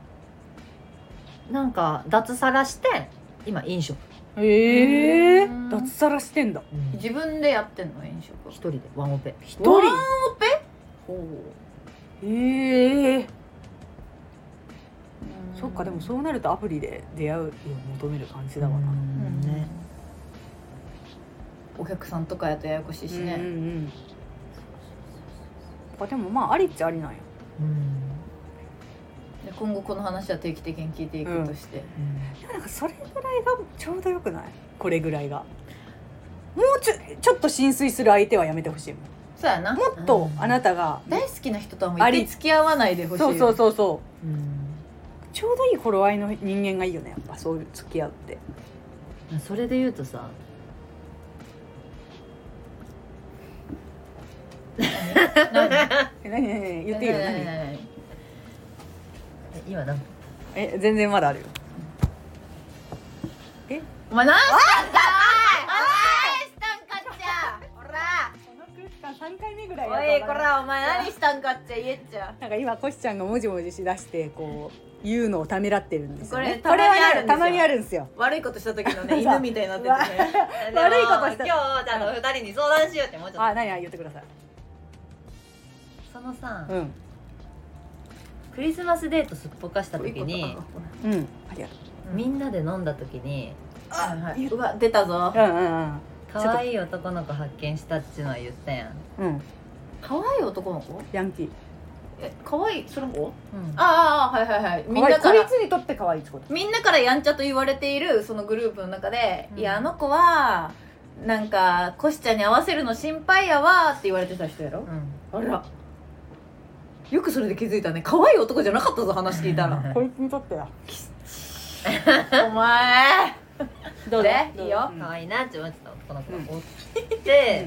なんか脱サラして今飲食、 へえうん脱サラしてんだ。 自分でやってんの飲食。 一人でワンオペ一ワン人オペ。ほう。 へえうんそっかでもそうなるとアプリで出会うを求める感じだわな。 うんねお客さんとかやとややこしいしね。 うんうんうんあでもまあありっちゃありなんや。 うんで今後この話は定期的に聞いていくとして、 でもなんかそれぐらいがちょうどよくない。これぐらいがもうちょちょっと浸水する相手はやめてほしいもん。 そうやな。 もっとあなたが大好きな人とはもう一回付き合わないでほしいよ。 そうそうそうそうんちょうどいい頃合いの人間がいいよね、やっぱそういう付き合うって。 それで言うとさ何何何言っていいよ。何今何え全然まだあるよ。えお前何したんかい何したんかっちゃほらこの空気感さんかいめぐらいおいこらお前何したんかっちゃ言えっちゃなんか今コシちゃんがもじもじしだしてこう言うのをためらってるんですよね。 これたまにあるんですよ。 たまにあるんですよ。 悪いことした時のね犬みたいになっててね悪いことした今日ちゃんとふたりに相談しようってもうちょっとあ、何あ言ってください。 そのさ、 うんクリスマスデートすっぽかした時にうんありがとみんなで飲んだ時にはいはい、うわ出たぞう。うんうんうん可愛い男の子発見したっちゅうのは言ったやん。 うん可愛い男の子ヤンキー。 え可愛いその子うんああはいはいはいみんなこからいつにとって可愛いってことみんなからやんちゃと言われているそのグループの中で、 うんいやあの子はなんかコシちゃんに合わせるの心配やわって言われてた人やろ、 うんあらよくそれで気づいたね。可愛い男じゃなかったぞ話聞いたらこいつにとってはお前どうでいいよ可愛いなって思ってた男の子がおって、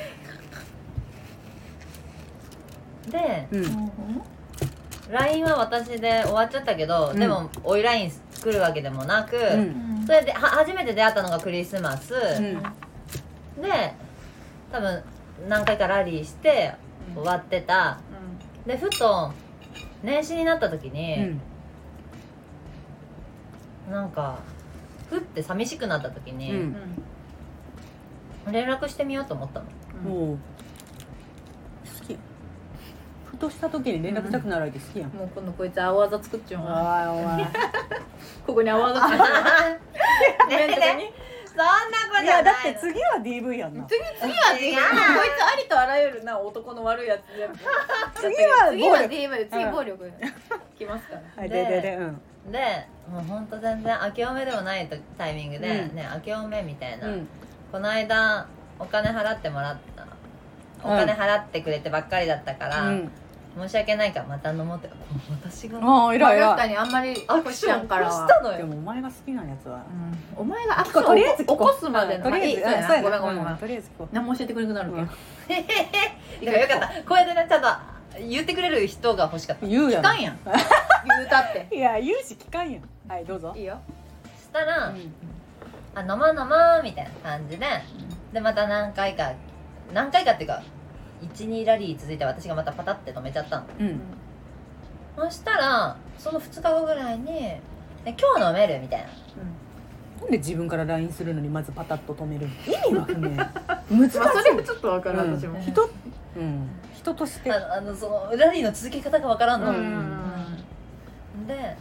でうんうんライン は私で終わっちゃったけど、 うんでも追い ライン 来るわけでもなく、 うんそれでは初めて出会ったのがクリスマス、 うんで多分何回かラリーして終わってた、でふと年始になった時うに、 んなんかふって寂しくなった時に、 うん連絡してみようと思ったの。 もう好き。ふとした時に連絡したくなる相手好きやん。 もう今度こいつ青あざ作っちゃうわああお前。 ここに青あざ作っちゃうねねねそんなこといじゃないやだって次は ディーブイ やんな。 次次は ディーブイ こいつありとあらゆるな男の悪いやつ全部次は次は暴力ディーブイ 次うん暴力きますからはいででででうんでもうほんと全然明けおめでもないとタイミングで、 うんね明けおめみたいな、 うんこの間お金払ってもらったお金払ってくれてばっかりだったから、 うん申し訳ないからまた飲もうってこう私がああ偉いまあ確か偉い。 にあんまりアコシちゃんからはしたのよ。 でもお前が好きなやつは。 お前がアクション聞こうとりあえず聞こう起こすまでのとりあえずまあいいそうやなごめんごめんごめんとりあえず聞こう。 何も教えてくれなくなるけどいやよかったこうやってねちゃんと言ってくれる人が欲しかった。 言うやん。 聞かんやん言うたっていや言うし聞かんやん。はいどうぞ。 いいよそしたら、 うんあ飲もう飲もうみたいな感じで、でまた何回か何回かっていうかいちにラリー続いて私がまたパタって止めちゃったの。 うんそしたらそのふつかごぐらいにね「今日飲める?」みたいな。 なんで自分から ライン するのにまずパタッと止めるの？意味わかんねえ。難しい。 まあそれはちょっとわかるうん私も人うん人として。 あのあのそのラリーの続け方がわからんの、 うんで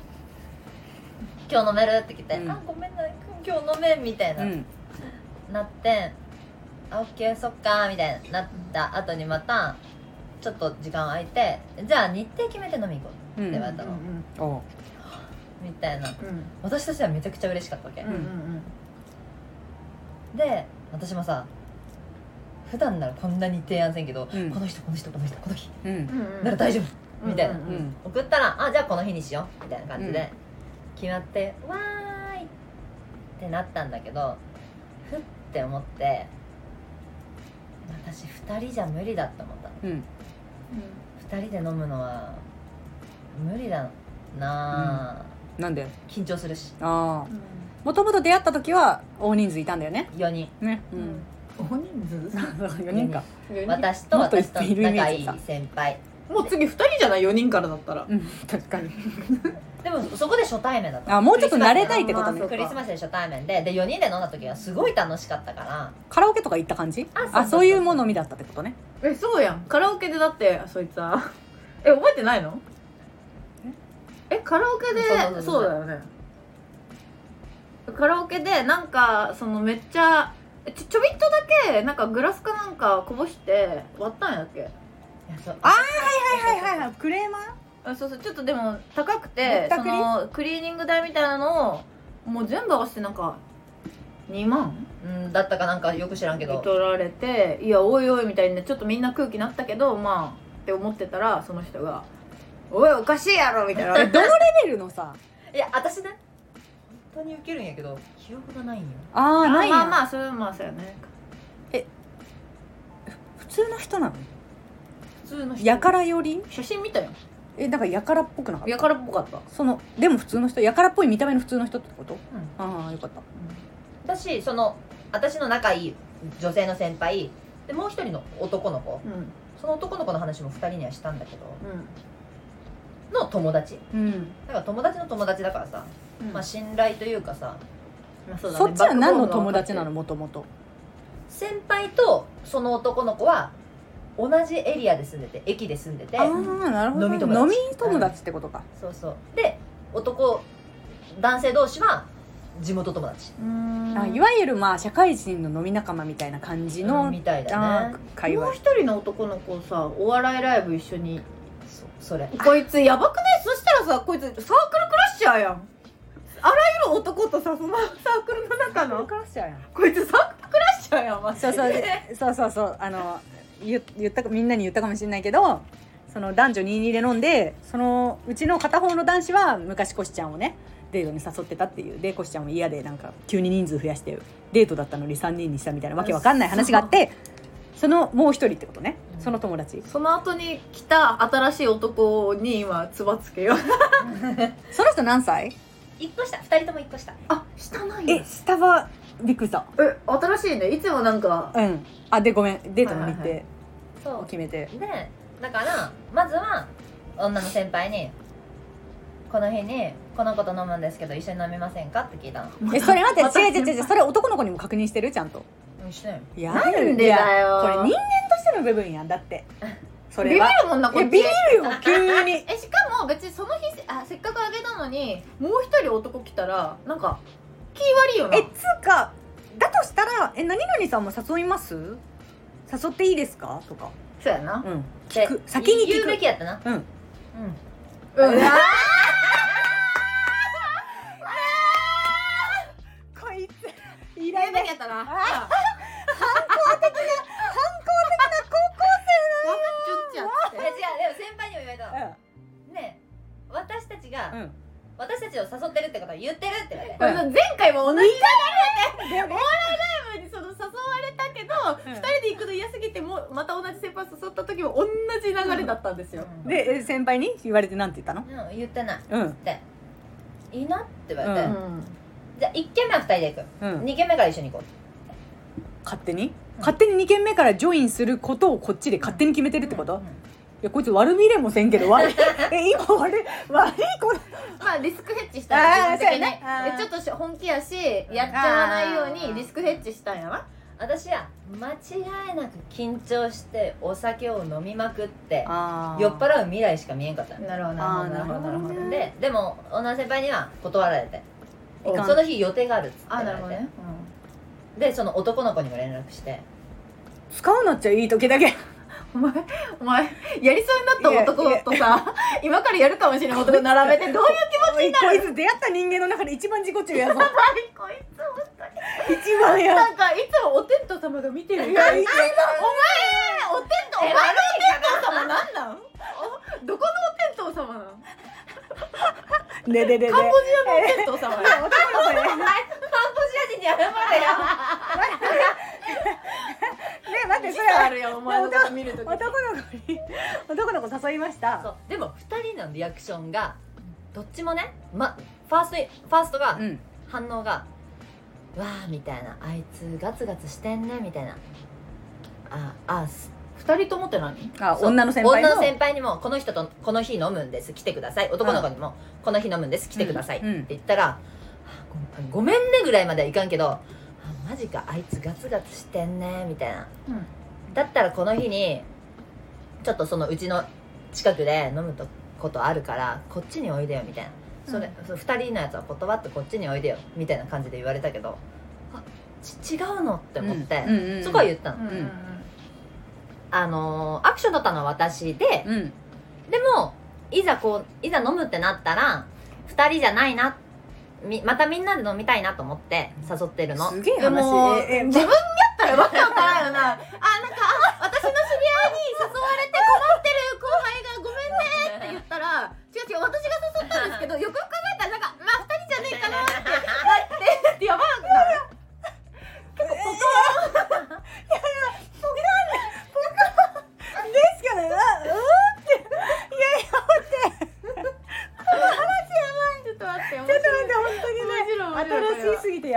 「今日飲める?」って来て「 うんあごめんな今日飲めん」みたいな、 うんなって「あオッケーそっか」みたいになった後にまたちょっと時間空いて「じゃあ日程決めて飲み行こう」って言われたの、 おうみたいなうん私としてはめちゃくちゃ嬉しかったわけ、 うんうんで私もさ普段ならこんなに提案せんけど、 うんこの人この人この人この日うんうんなら大丈夫みたいな、 うんうんうん送ったら「あじゃあこの日にしよう」みたいな感じで、 うん決まって「わーい!」ってなったんだけどふって思って私ふたりじゃ無理だって思ったの。 うんふたりで飲むのは無理だなあ、 なんで？ 緊張するしああもともと出会った時は大人数いたんだよね。 よにんね。 うん大人数よにんか。 私ともっとい私といるイメ仲いいージさ先輩もう次ふたりじゃないよにんからだったらうん確かに。 でもそこで初対面だったあもうちょっと慣れたいってことねまあ。 クリスマスで初対面ででよにんで飲んだ時はすごい楽しかったからカラオケとか行った感じ？ あそうそうそうあそういうものみだったってことね。 えそうやんカラオケでだってそいつはえ覚えてないのえカラオケでそうそうそうそうそうだよねカラオケでなんかそのめっちゃちょちょびっとだけなんかグラスかなんかこぼして割ったんやっけいやそうあはいはいはいはいクレーマー？ あそうそうちょっとでも高くぼてそったくりのクリーニング代みたいなのをもう全部合わせてなんかにまんうんだったかなんかよく知らんけど取られていやおいおいみたいにねちょっとみんな空気なったけどまあって思ってたらその人が「 おいおかしいやろみたいなどのレベルのさいや私ね本当にウケるんやけど記憶がないんよ。 ああないやまあまあそれはまあそうやね。 普通の人なの普通の人やからより写真見たよ。 えだからやからっぽくなかったやからっぽかった。 そのでも普通の人やからっぽい見た目の普通の人ってこと、 うんああよかった私その私の仲いい女性の先輩でもう一人の男の子、 うんその男の子の話もふたりにはしたんだけどうんの友達うんだから友達の友達だからさ、 うんまあ信頼というかさまあそうだねそっちは何の友達なのもともと先輩とその男の子は同じエリアで住んでて駅で住んでてああなるほど、 飲み友達飲み友達ってことか、 そうそうで男男性同士は地元友達うーんあいわゆるまあ社会人の飲み仲間みたいな感じの、 みたいだあね会話もう一人の男の子さお笑いライブ一緒にそそれこいつやばくね。そしたらさこいつサークルクラッシャーやん。あらゆる男とさそのサークルの中のクラッシャーやんこいつサークルクラッシャーやんマジで。 そうそうそうそうそうあの言言ったみんなに言ったかもしれないけどその男女にじゅうにで飲んでそのうちの片方の男子は昔コシちゃんをねデートに誘ってたっていうでコシちゃんも嫌でなんか急に人数増やしてデートだったのにさんにんにしたみたいなわけわかんない話があってそのもう一人ってことね、 うんその友達その後に来た新しい男に今つばつけよう。 その人何歳いっこ下ふたりともいっこ下あ下なんえ下はびっくりしたえ新しいね。いつもなんかうんあでごめんデートの日程はいはいそうを決めて、 でだからまずは女の先輩にこの日にこの子と飲むんですけど一緒に飲みませんかって聞いたの。 えそれ待またって違う違う違うそれ男の子にも確認してるちゃんとうんしてないよ。 いやなんでだよいやこれ人間としての部分やんだってそビビれはるもんなこっち。 いやビビるよ急にえしかも別にその日あせっかくあげたのにもう一人男来たらなんか気悪いよな。 えつうかだとしたらえ何々さんも誘います誘っていいですかとかそうやな。 うんで聞く先に聞く言うべきやったな。 うんうんうわこいつ言えなきゃったな。 反抗的な反抗的な高校ちょっちゃっえ違うでも先輩にも言われたの。 生ねえ私たちが、 うん私たちを誘ってるってことは言ってるって言われて、 うん前回も同じでもねライブにその誘われたけど、 うんふたりで行くの嫌すぎてもまた同じ先輩誘った時も同じ流れだったんですよ。 うんでえ先輩に言われてなんて言ったのうん言ってないうんっていいなって言われて、 うじゃあいっけんめはふたりで行く、 うんにけんめから一緒に行こ勝手に勝手にに軒目からジョインすることをこっちで勝手に決めてるってこと、 う、 いやこいつ悪びれもせんけど悪いえ今悪い悪い子まあリスクヘッジしたんやあー自分的にそうやねあーでちょっとし本気やしやっちゃわないようにリスクヘッジしたんやな。 私は間違いなく緊張してお酒を飲みまくってあー酔っ払う未来しか見えんかったのなるほどあーなるほどなるほどなるほどねででも女の先輩には断られていかんその日予定があるっつってあ言われて、 なるほどね。 でその男の子にも連絡して使うなっちゃいい時だけお前お前やりそうになった男とさ今からやるかもしれない男並べてどういう気持ちになる。 こいつ出会った人間の中で一番自己中やぞこいつ本当に一番やなんかいつもお天道様が見てるよ。 いやいやお前お天道お前のお天道様なんなんおどこのお天道様なんねでででカンボジアのお天道様や。 男の子ねカンボジア人に謝れよね待ってそれあるよお前のこと見るとき。 男の子に男の子誘いましたそうでもふたりのリアクションがどっちもね、ま、ファーストファーストが、 うん反応がわーみたいなあいつガツガツしてんねみたいなああす二人ともって何？ そうあ女の先輩の女の先輩にもこの人とこの日飲むんです来てください男の子にもこの日飲むんです来てくださいってうんうん言ったら、あごごめんねぐらいまではいかんけどあマジかあいつガツガツしてんねみたいなうんだったらこの日にちょっとそのうちの近くで飲むとことあるからこっちにおいでよみたいなそれ、 うんそのふたりのやつは断ってこっちにおいでよみたいな感じで言われたけどあち違うのって思って、 うんうんうんそこは言ったの、 うんうんあのーアクション取ったのは私で、 うんでもいざこういざ飲むってなったらふたりじゃないなみまたみんなで飲みたいなと思って誘ってるのすげえでも話ええ自分やったらわけわからんよな。あなんかあ私の知り合いに誘われて困ってる後輩がごめんねって言ったら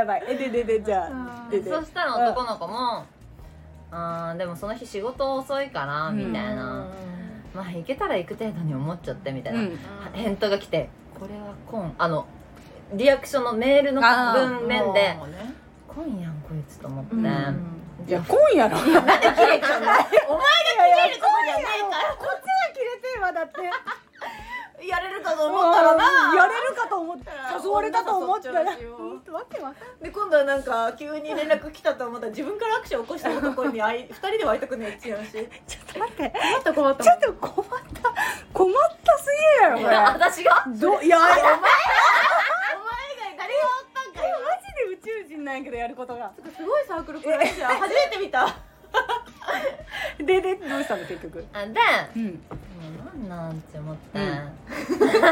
やばい。えでででじゃあででそしたら男の子もあーでもその日仕事遅いからみたいな、まあ行けたら行く程度に思っちゃってみたいな、うん、返答が来て、これはコンあのリアクションのメールの文面でコンやんこいつと思って、うん、 いやコンやろなんで切れちゃうのお前が切れるとこじゃねえからこっちが切れてるわだってやれるかと思ったらなやれるかと思ったら誘われたと思ったらほんとわけわかんないで今度はなんか急に連絡来たと思ったら自分からアクション起こした男に会いふたりで会いたくねえって言うしちょっと待って困った困ったちょっと困った困ったすぎるやろこれ私がどいやお前お前以外誰がおったんかよマジで宇宙人なんやけどやることがすごいサークルプライじゃん初めて見たででどうしたの結局あで、うん、なんなんって思って、うん、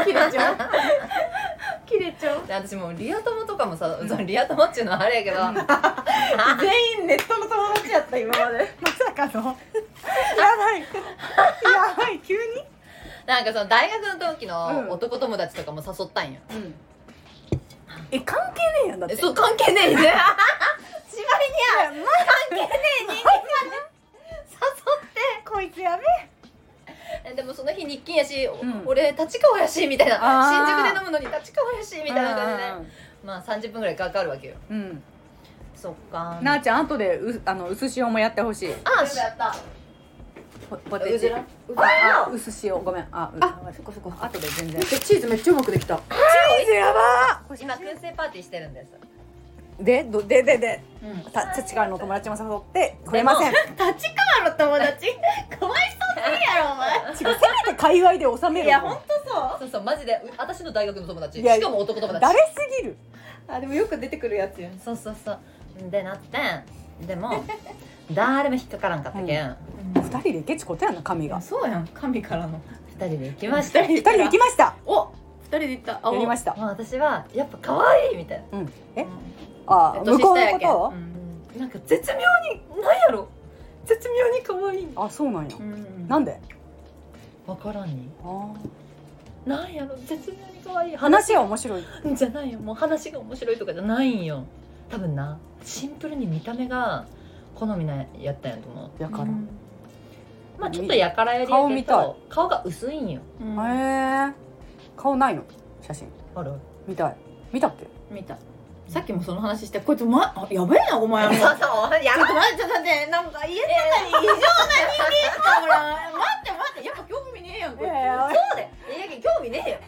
切れちゃう切れちゃうで私もうリア友とかもさ、うん、そのリア友っていうのはあれやけど、うん、 全員ネットの友達やった今までまさかのやばいやばい急になんかその大学の時の男友達とかも誘ったんよ、うん、 え関係ねえやんだってそう関係ねえねしまいには関係ねえ人間がね誘ってこいつやべえでもその日日勤やし、うん、俺立川やしみたいな新宿で飲むのに立川やしみたいな感じでまあさんじゅっぷんぐらいかかるわけよ、うん、そっかなあちゃん後でうあの薄塩もやってほしいああやったポテチあ薄塩ごめんああそこそこ後で全然チーズめっちゃうまくできたチーズやばー今燻製パーティーしてるんですでどででで、うん、た立川の友達も誘ってくれません立川の友達かわいそうすぎやろお前違うせめて界隈で収めるいやほんとそうそうそうマジで私の大学の友達しかも男友達誰すぎるあでもよく出てくるやつよそうそうそうでなってでも誰も引っかからんかったけん、 うん、ふたりで行けちことやんな神がそうやん神からのふたりで行きましたふたりで行きましたおふたりで行ったやりましたもう私はやっぱ可愛いみたいな、うん、 え、うんああ向こうのことは、 うん、なんか絶妙に何やろ絶妙に可愛いあそうなんや、うん、なんでわからんにあなんやろ絶妙に可愛い話が面白いじゃないよもう話が面白いとかじゃないんよ多分なシンプルに見た目が好みなやったんやと思うやから、うん、 まあちょっとやからやりやけど顔見たい顔が薄いんよ、 うん、へえ顔ないの写真ある見たい見たっけ見たさっきもその話してこいつ、ま、あやべえなお前もそうそうやばいちょっと待ってちょっと待ってなんか家の中に異常な人間かほら待って待ってやっぱ興味ねえやんこいつそうだよいや興味ねえよ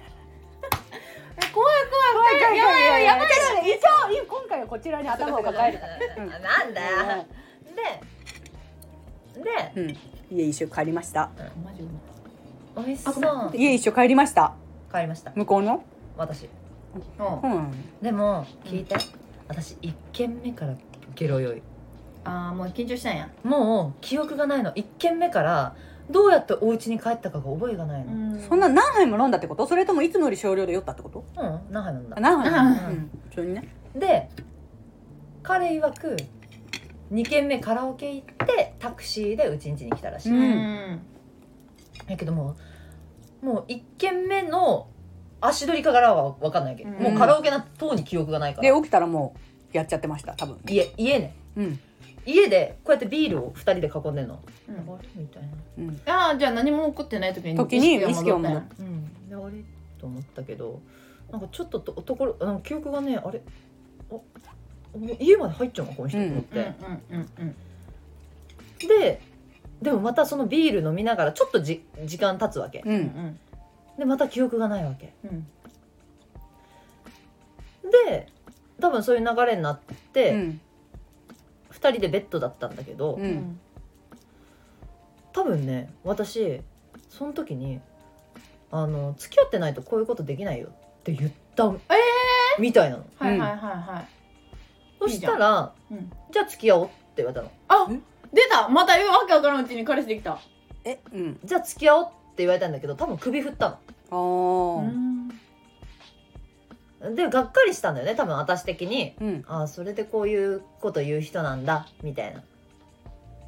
怖い怖い怖いやばいやばいやばい一応今回はこちらに頭を抱えるからなんだよでで、 うん、家一緒帰りました、 うん、マジうまい美味しそう家一緒帰りました帰りました向こうの私うん、 でも聞いて、うん、私いっけんめからゲロ酔いああもう緊張したんやもう記憶がないのいっけんめからどうやってお家に帰ったかが覚えがないの、うん、 そんな何杯も飲んだってことそれともいつもより少量で酔ったってことうん何杯飲んだ何杯飲んだ、うん、それにねで彼曰くにけんめカラオケ行ってタクシーでうちんちに来たらしい、うん、やけどももういっけんめの足取りからは分かんないけど、うん、もうカラオケな等に記憶がないからで起きたらもうやっちゃってました多分家家ね、うん、家でこうやってビールをふたりで囲んでんの、うん、あれみたいな、 うん、ああじゃあ何も起こってない時に時に意識を戻った、 うん、であれと思ったけどなんかちょっととところなんか記憶がねあれあ家まで入っちゃうのこの人と思って、うんうんうんうん、ででもまたそのビール飲みながらちょっとじ時間経つわけ、うんうんでまた記憶がないわけ、うん、で多分そういう流れになって、うん、ふたりでベッドだったんだけど、うん、多分ね私その時にあの付き合ってないとこういうことできないよって言った、えー、みたいなの、 はいはいはいはい、 そしたらいいじゃん、うん、じゃあ付き合おうって言われたのあ出たまたわけわからんうちに彼氏できたえ、うん、じゃあ付き合おうって言われたんだけど多分首振ったのあでがっかりしたんだよね多分私的に、うん、あそれでこういうこと言う人なんだみたいな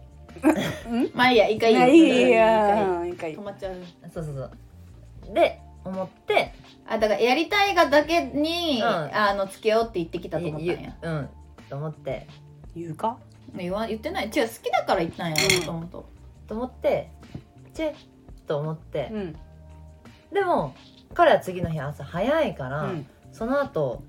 まあいいや一回いいよいいや一回止まっちゃうそうそうそうで思って、 あだからやりたいがだけに、 うん、 あの付き合おうって言ってきたと思ったんや。 うんと思って言うか言わ言ってない。違う好きだから言ったんやもともと。 と思ってチェッと思って、 うんでも彼は次の日朝早いから、 うんその後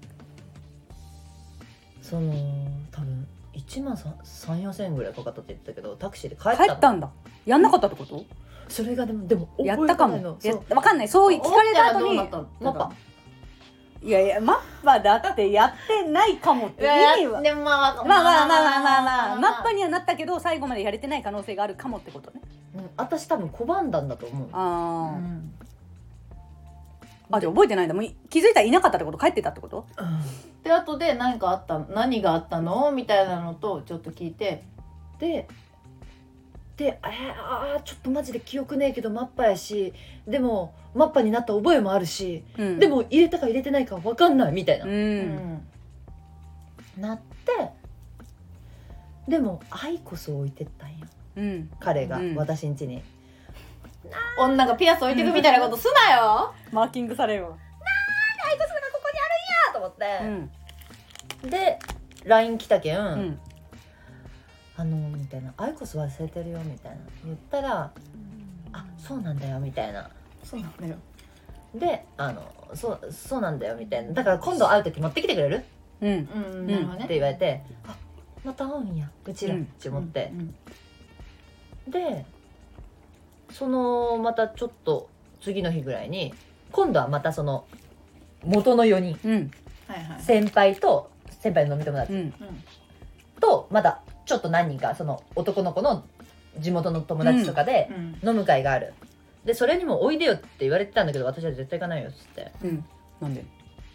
その多分いちまんさん、よんせんえんぐらいかかったって言ってたけどタクシーで帰ったの。 帰ったんだ。やんなかったってこと？ それがでもでもやったかも。やそうわかんない。そう聞かれた後に思ったらどうなったマッパいやいやマッパだってやってないかもって意味は。 でもまあまあまあまあまあまあまあまあマッパにはなったけど最後までやれてない可能性があるかもってことね。 うん、私多分拒んだんだと思う。 あー、 うん、 あじゃあ覚えてないんだ。もう気づいたらいなかったってこと？帰ってたってこと？ で後で何かあった何があったのみたいなのとちょっと聞いて、 ででえー、あーちょっとマジで記憶ねえけどマッパやし、でもマッパになった覚えもあるし、 うん、 でも入れたか入れてないか分かんないみたいな、 う、 うんん、 なってでも愛こそ置いてったんようん、 彼が、 うん、 私ん家に女がピアス置いてくみたいなことすなよ。 マーキングされるわ。 愛こそがここにあるんやと思ってう、んで ライン 来たけん、 うんあのみたいなアイコス忘れてるよみたいな言ったら、あそうなんだよみたいな、 そうなんだよ。 であのそうそうなんだよみたいな、だから今度会う時持ってきてくれる、 うんうん、なるほどね。 って言われて、あまた会うんやうちらうんって思ってう、んでそのまたちょっと次の日ぐらいに今度はまたその元のよにん、 うんはいはい。 先輩と先輩の飲み友達うんとまだちょっと何人かその男の子の地元の友達とかでうん飲む会がある、でそれにもおいでよって言われてたんだけど私は絶対行かないよっつって、 うんなんで？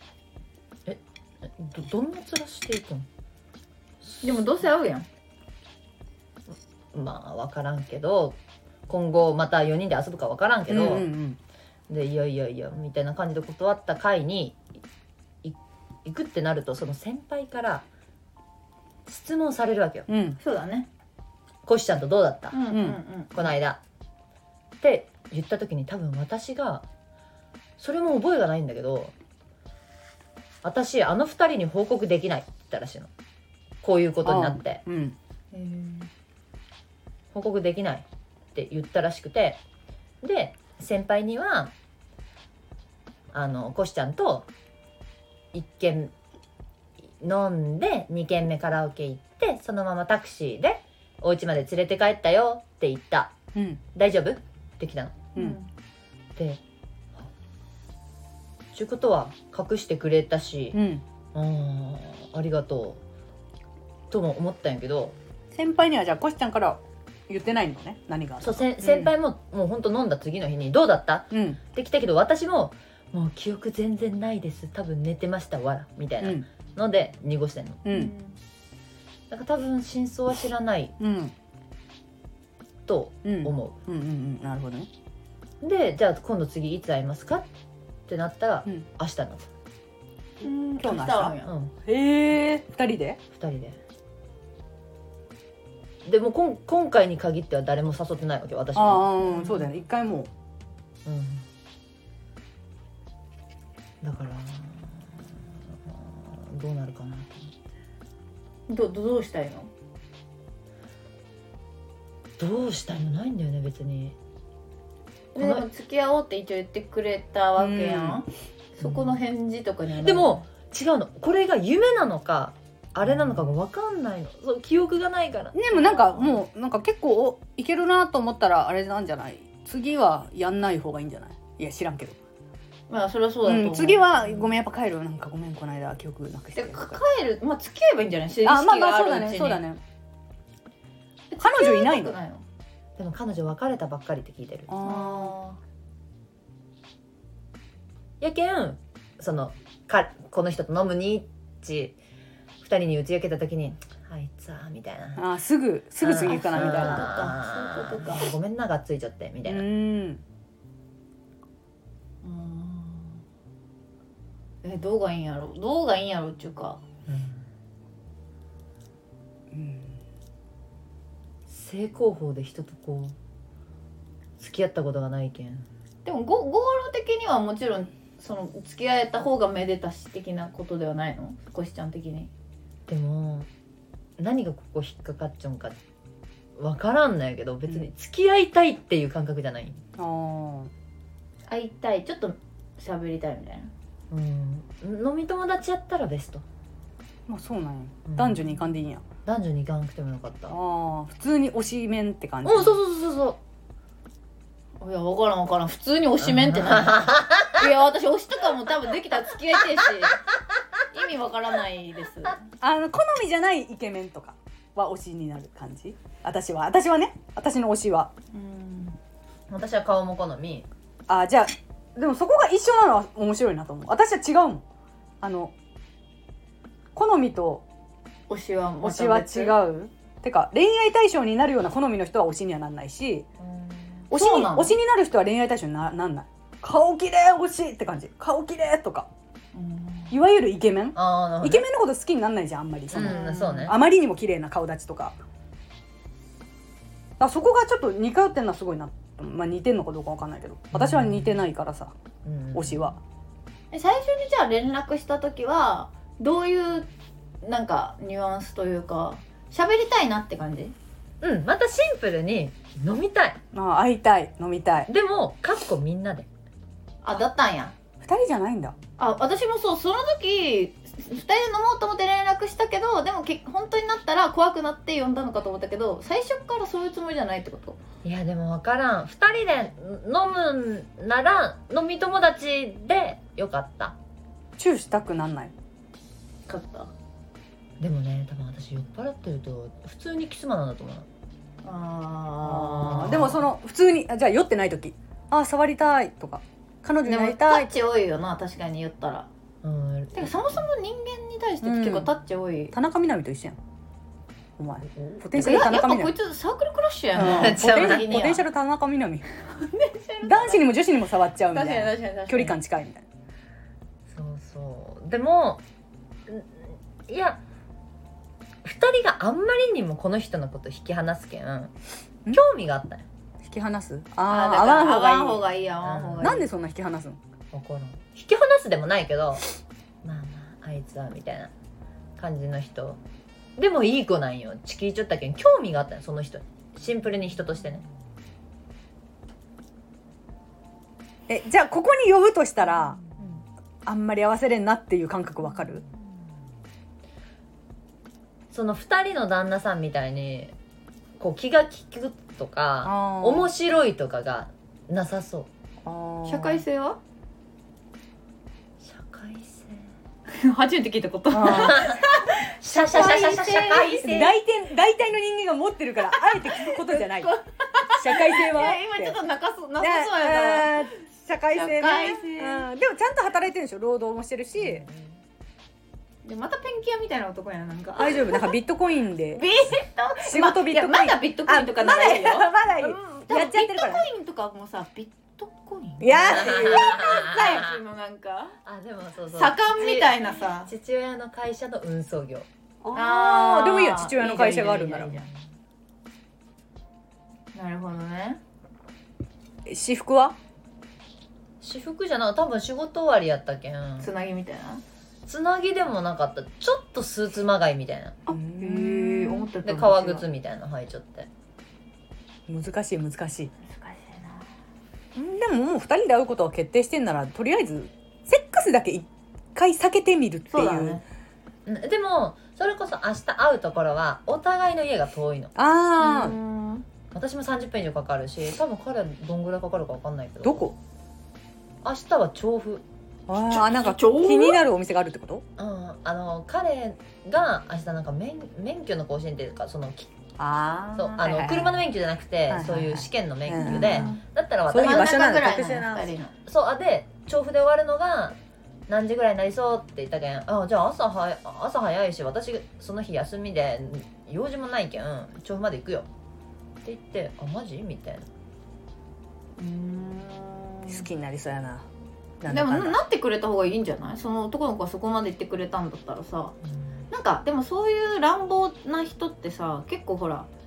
ど, どんな面していくん？ でもどうせ会うやん。 まあ分からんけど今後またよにんで遊ぶか分からんけど、 うんうんでいやいやいやみたいな感じで断った会にい行くってなるとその先輩から質問されるわけよ。 うんうんそうだね。 コシちゃんとどうだった、 うんうんうん。 この間って言った時に多分私がそれも覚えがないんだけど、私あの二人に報告できないって言ったらしいの。こういうことになってうん報告できないって言ったらしくて、で先輩にはあのコシちゃんと一軒飲んで二軒目カラオケ行ってそのままタクシーでお家まで連れて帰ったよって言った。 うん大丈夫って来たの。 うんでちゅうことは隠してくれたし、 うんあーありがとうとも思ったんやけど、 先輩にはじゃあコシちゃんから言ってないのね、何があるそうせ先輩も、もうほんと飲んだ次の日にどうだったうんって来たけど、私ももう記憶全然ないです多分寝てましたわらみたいなうんので濁してんの。 うんだから多分真相は知らないうんとうん思うんうんうんなるほどね。 う。でじゃあ今度次いつ会いますかってなったら、 うん明日なの。 うん。 今日の明日明日うんへえ二人でふたりで。でもこん今回に限っては誰も誘ってないわけ私も。 ああうんそうだよね一回もうんだからどうなるかなとどどどうしたいの？ どうしたいもないんだよね別に。このでも付き合おうって一応言ってくれたわけやん。そこの返事とかにはなるでも違うの、これが夢なのかあれなのかが分かんないの。そう記憶がないから。 でもなんかもうなんか結構おいけるなと思ったらあれなんじゃない？次はやんない方がいいんじゃない？いや知らんけど、 まあそれはそうだと思う、 うん、次はごめんやっぱ帰るなんかごめんこの間記憶なくしてでかとか帰る、まあ付き合えばいいんじゃない？正式あまあまあそうだがあるうちにねそうだね。彼女いないの？ 付き合たくのでも彼女別れたばっかりって聞いてる。 あやけんそのかこの人と飲むにっちふたりに打ち明けた時にあいつはみたいな。 ーあーすぐすぐ次行くかなみたいな。 なそういうことかごめんながっついちゃってみたいうな。 んうんえどうがいいんやろどうがいいんやろっていうかうんうん正攻法で人とこう付き合ったことがないけんでもご合路的にはもちろんその付き合えた方がめでたし的なことではないの？こしちゃん的に。 でも何がここ引っかかっちゃうんか分からんのやけど、別に付き合いたいっていう感覚じゃない。 あー会いたい、ちょっと喋りたいみたいな。 うん、飲み友達やったらベスト。 まあそうなんや、 うん、 男女に行かんでいいんや。 男女に行かなくてもよかった。 ああ普通に推しメンって感じ。 おそうそうそうそういや分からん分からん、普通に推しメンってないや私推しとかも多分できたら付き合いてえし意味分からないです。 あの好みじゃないイケメンとかは推しになる感じ。私は私はね私の推しはうん私は顔も好み。 あじゃあでもそこが一緒なのは面白いなと思う。私は違うもん。あの好みと推しはま推しは違う。てか恋愛対象になるような好みの人は推しにはなんないし、推しに推しになる人は恋愛対象に な, なんない。顔綺麗推しって感じ。顔綺麗とか、いわゆるイケメン、 あイケメンのこと好きになんないじゃんあんまり。その、 うん、そうね。 あまりにも綺麗な顔立ちとか。あそこがちょっと似通ってんのはすごいな。まあ似てんのかどうかわかんないけど、私は似てないからさ、うん、推しは。 最初にじゃあ連絡した時はどういうなんかニュアンスというか、喋りたいなって感じ？ うん、またシンプルに飲みたい。 あ会いたい飲みたい。 でもかっこみんなで。 あだったんや。 ふたりじゃないんだ。 あ私もそう、その時ふたりで飲もうと思って連絡したけど、でもけ本当になったら怖くなって呼んだのかと思ったけど、最初からそういうつもりじゃないってこと？ いやでも分からん。ふたりで飲むなら飲み友達でよかった。 チューしたくなんないかった。 でもね多分私酔っ払ってると普通にキスマなんだと思う。 ああでもその普通にじゃあ酔ってない時、あ触りたいとか彼女になりたい。 タッチ多いよな確かに言ったら。 うん。 てかそもそも人間に対して結構タッチ多い。 うん、田中みな実と一緒やん。お前ポテンシャルル田中みな実。 やっぱこいつサークルクラッシュやな、うん、ポテンシャル田中みな実男子にも女子にも触っちゃうみたいな、距離感近いみたいな。 そうそうでもいやふたりがあんまりにもこの人のこと引き離すけん興味があったよ。 引き離す。 ああ合わん方がいい。合わん方がいい合わん方がいい。 なんでそんな引き離すの？ 分からん。引き離すでもないけどまあまああいつはみたいな感じの人でもいい子なんよ。チキリちょったけん興味があったよその人に。シンプルに人としてね。 えじゃあここに呼ぶとしたら、うん、あんまり合わせれんなっていう感覚わかる？ そのふたりの旦那さんみたいにこう気が利くとか面白いとかがなさそう。 あ社会性は？ 社会性初めて聞いたこと。 社会性大体大体の人間が持ってるからあえて聞くことじゃない。社会性は？ いや今ちょっとなかそなさそうやから。 社会性ね。 社会性、 うん、でもちゃんと働いてるでしょ。労働もしてるし。うんでまたペンキ屋みたいな男やな。なんか大丈夫。なんかビットコインでビット仕事ビットコイン、 ま、まだビットコインとかないよ。 まだいい、うん、やっちゃってるから。 ビットコインとかもさビットコインいやタイプのなんかあでもそうそう盛んみたいなさ父親の会社の運送業。 ああでもいいや父親の会社があるんなら。 なるほどね。 私服は？ 私服じゃない多分仕事終わりやったけん。 つなぎみたいな。 つなぎでもなかった。ちょっとスーツまがいみたいな。 あへえ思ってた。 で革靴みたいな履いちゃって。 難しい難しい。 難しいな。でももうふたりで会うことは決定してんならとりあえずセックスだけ一回避けてみるっていう。そうだね。 でもそれこそ明日会うところはお互いの家が遠いの。 ああ。 私もさんじゅっぷん以上かかるし多分彼はどんぐらいかかるか分かんないけど。 どこ？ 明日は調布。 ああなんか気になるお店があるってこと？ うん、あの彼が明日なんか 免, 免許の更新っていうかそのあそうあの、はいはいはい、車の免許じゃなくて、はいはいはい、そういう試験の免許で、うん、だったら私そういう場所なんだ特殊なそうあで調布で終わるのが何時ぐらいになりそうって言ったけんあじゃあ 朝, は朝早いし私その日休みで用事もないけん調布まで行くよって言ってあマジみたいな。 うーん好きになりそうやな。 でも な, なってくれた方がいいんじゃない？その男の子がそこまで言ってくれたんだったらさ、うん、なんかでもそういう乱暴な人ってさ結構ほら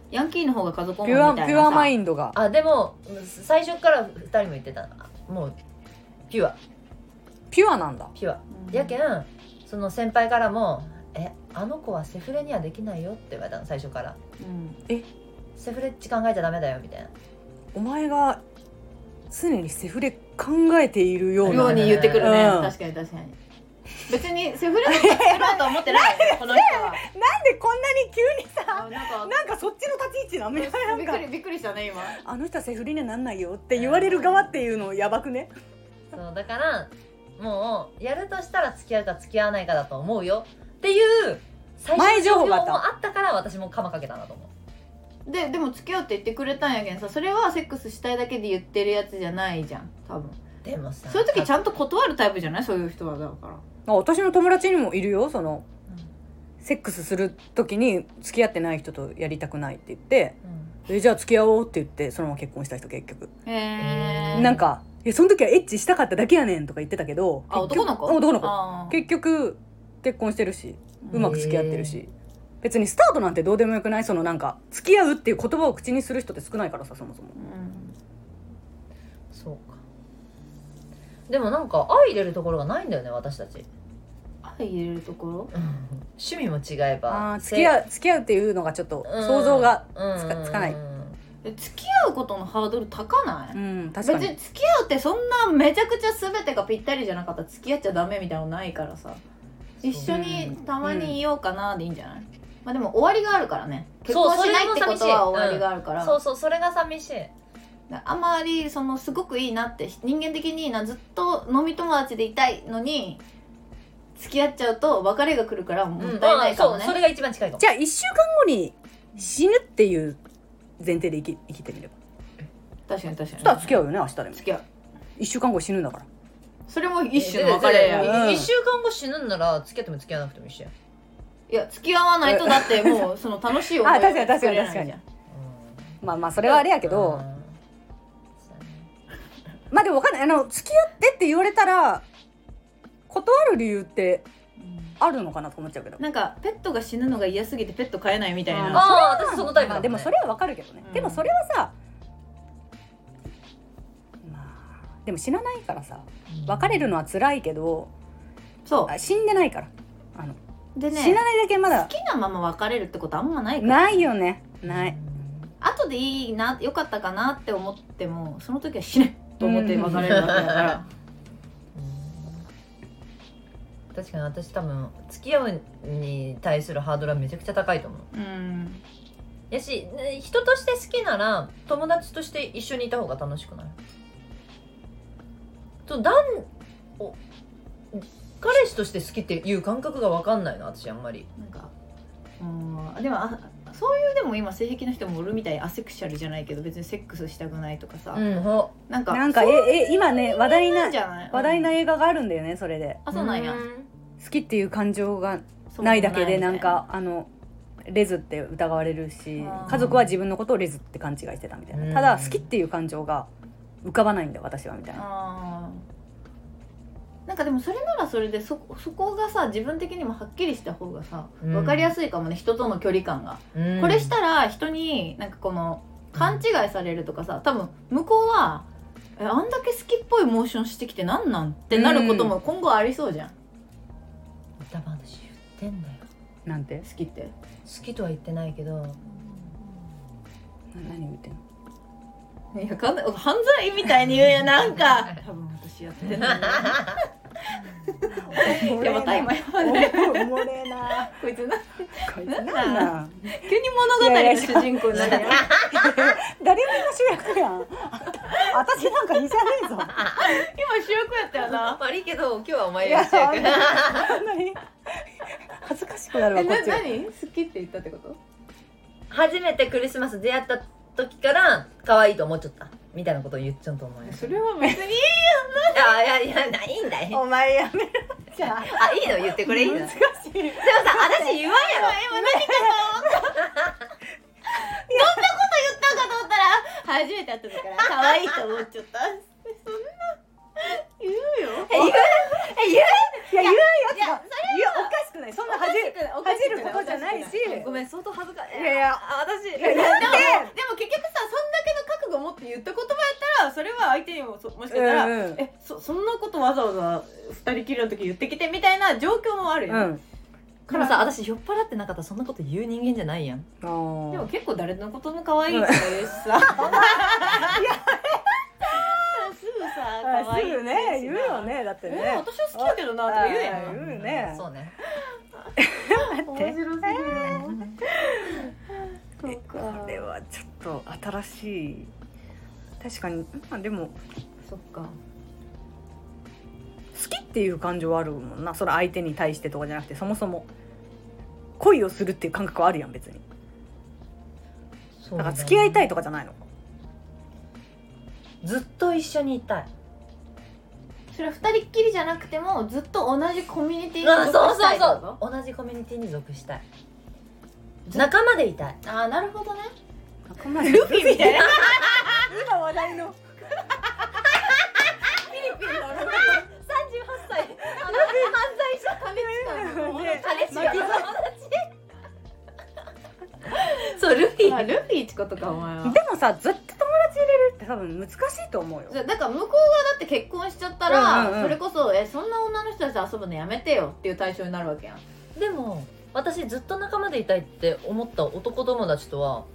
ヤンキーの方が家族思ピいみたいなさュアピュアマインドがあでも最初からふたりも言ってたもうピュアピュアなんだ。 ピュア、 うんやけんその先輩からもえあの子はセフレにはできないよって言われたの最初から。 うんえセフレっち考えちゃダメだよみたいな。 お前が常にセフレ考えているようなように言ってくるね、 うん確かに確かに別にセフレとか作ろうと思ってないよこの人は。 なんでこんなに急にさあなんかなんかそっちの立ち位置なみたいななんかびっくりびっくりしたね今。 あの人はセフレにはなんないよって言われる側っていうのやばくね。 そうだからもうやるとしたら付き合うか付き合わないかだと思うよっていう最初の情報もあったから私もカマかけたなと思う。 ででも付き合うって言ってくれたんやけんさ、それはセックスしたいだけで言ってるやつじゃないじゃん多分。 でもさそういう時ちゃんと断るタイプじゃないそういう人は。だからあ私の友達にもいるよ。そのセックスする時に付き合ってない人とやりたくないって言って、 うんえじゃあ付き合おうって言ってそのまま結婚した人結局、 へえ。 なんかいやその時はエッチしたかっただけやねんとか言ってたけどあ結局男の子男の子あー結局結婚してるしうまく付き合ってるし、別にスタートなんてどうでもよくない。そのなんか付き合うっていう言葉を口にする人って少ないからさそもそも。 うんそうか。でもなんか愛入れるところがないんだよね私たち。 愛入れるところ趣味も違えばあ付き合う付き合うっていうのがちょっと想像がつかつかない。 え付き合うことのハードル高ない、 うん確かに。 別に付き合うってそんなめちゃくちゃ全てがぴったりじゃなかったら付き合っちゃダメみたいなのないからさ、一緒にたまにいようかなでいいんじゃない、まあでも終わりがあるからね。結婚しないってことは終わりがあるから、 そうそうそれが寂しい。 あんまりそのすごくいいなって人間的にいいなずっと飲み友達でいたいのに付き合っちゃうと別れが来るからもったいないかもね、 うん、そうそれが一番近いかも。 じゃあいっしゅうかんごに死ぬっていう前提で生き生きてみれば。 確かに確かに。 そしたら付き合うよね明日でも。 付き合う。 いっしゅうかんご死ぬんだから。 それも一種の別れや。 うんいっしゅうかんご死ぬんなら付き合っても付き合わなくても一緒や。 いや付き合わないとだってもうその楽しい思いあ確かに確かに作れないじゃん確かまあまあそれはあれやけど、 うんそうだねまあでも分かんない。あの付き合ってって言われたら断る理由ってあるのかなと思っちゃうけど。 なんかペットが死ぬのが嫌すぎてペット飼えないみたいな。 ああ私そのタイプだもんね。 まあでもそれは分かるけどね、 うんでもそれはさまあでも死なないからさ別れるのは辛いけどそあ死んでないからあの、 うでね死なないだけまだ好きなまま別れるってことあんまないからないよね。ない。 後でいいなよかったかなって思ってもその時は死ねと思って別れるわけだから確かに私多分付き合うに対するハードルはめちゃくちゃ高いと思う。 うんやしね人として好きなら友達として一緒にいた方が楽しくない？とだんお彼氏として好きっていう感覚が分かんないな私あんまり。 なんかうんでもあそういうでも今性癖の人もおるみたい。アセクシャルじゃないけど別にセックスしたくないとかさ、 うんほなんかなんかええ今ね話題なじゃない話題な映画があるんだよねそれで。 あそうなんや。 好きっていう感情がそうないだけでなんないみたいかあのレズって疑われるしあー家族は自分のことをレズって勘違いしてたみたいな。ただ好きっていう感情が浮かばないんだ私はみたいな。 あーなんかでもそれならそれで そ, そこがさ自分的にもはっきりした方がさうん分かりやすいかもね、人との距離感が、 うんこれしたら人になんかこの勘違いされるとかさ多分向こうはえあんだけ好きっぽいモーションしてきてなんなんってなることも今後ありそうじゃん、 多分私言ってんだよ。 なんて好きって好きとは言ってないけどな何言ってんの。 いやかん犯罪みたいに言うやなんか多分私やってんだよやばた今やばねおもれえなこいつなこいつなんなん急に物語の主人公になるやん誰も今主役やん私なんかいいじゃねえぞ。 今主役やったよな。 悪いけど今日はお前いやが主役。 あんなに恥ずかしくなるわえなこっちが。 何好きって言ったってこと？ 初めてクリスマス出会った時から可愛いと思っちゃったみたいなことを言っちゃうと思うよ。 それは別にいいいやいやいやないんだい。 お前やめろじゃあ。 あいいの言ってこれいいの。でも難しい。 さ私言わんやろ。 今何かとどんなこと言ったかと思ったら初めて会った時から可愛いと思っちゃったそんな言うよえ言うえ言ういや言うやついやがいやおかしくない。そんな初め恥じることじゃないし、 ごめん相当恥ずかしい。 いやいやあ私いやいやでもでも結局さそんだけの覚悟を持って言った言葉やったらそれは相手にもそもしかしたら、 うんうん、 え そ, そんなことわざわざ二人きりの時言ってきてみたいな状況もあるよ、 うん、 でもさ私酔っ払ってなかったらそんなこと言う人間じゃないやん。 あでも結構誰のことも可愛いとか言うしさ、いやすぐさ可愛いすぐね言うよね。だってね、 え私は好きだけどなとか言うやん。 言うね。 そうね。 待って面白すぎるよ。そうか。 これはちょっと新しい。確かに、まあでもそっか。 好きっていう感情はあるもんな。それ相手に対してとかじゃなくて、そもそも恋をするっていう感覚はあるやん別に。だから付き合いたいとかじゃないの。 ずっと一緒にいたい。 それは二人っきりじゃなくてもずっと同じコミュニティにあ、 属そうしたいってそうこと？ そう。同じコミュニティに属したい。仲間でいたい。 あーなるほどね。 仲間でルフィみたいな。 今話題のフィリピンのルフィ。 さんじゅうはっさい。あの犯罪者金近い。 ね金近い。 友達。そうルフィ。 あルフィチコとかお前は。 でもさずっと友達入れるって多分難しいと思うよ。 だから向こうがだって結婚しちゃったら、 うんうんうん、 それこそえそんな女の人たち遊ぶのやめてよっていう対象になるわけやん。 でも私ずっと仲間でいたいって思った男友達とは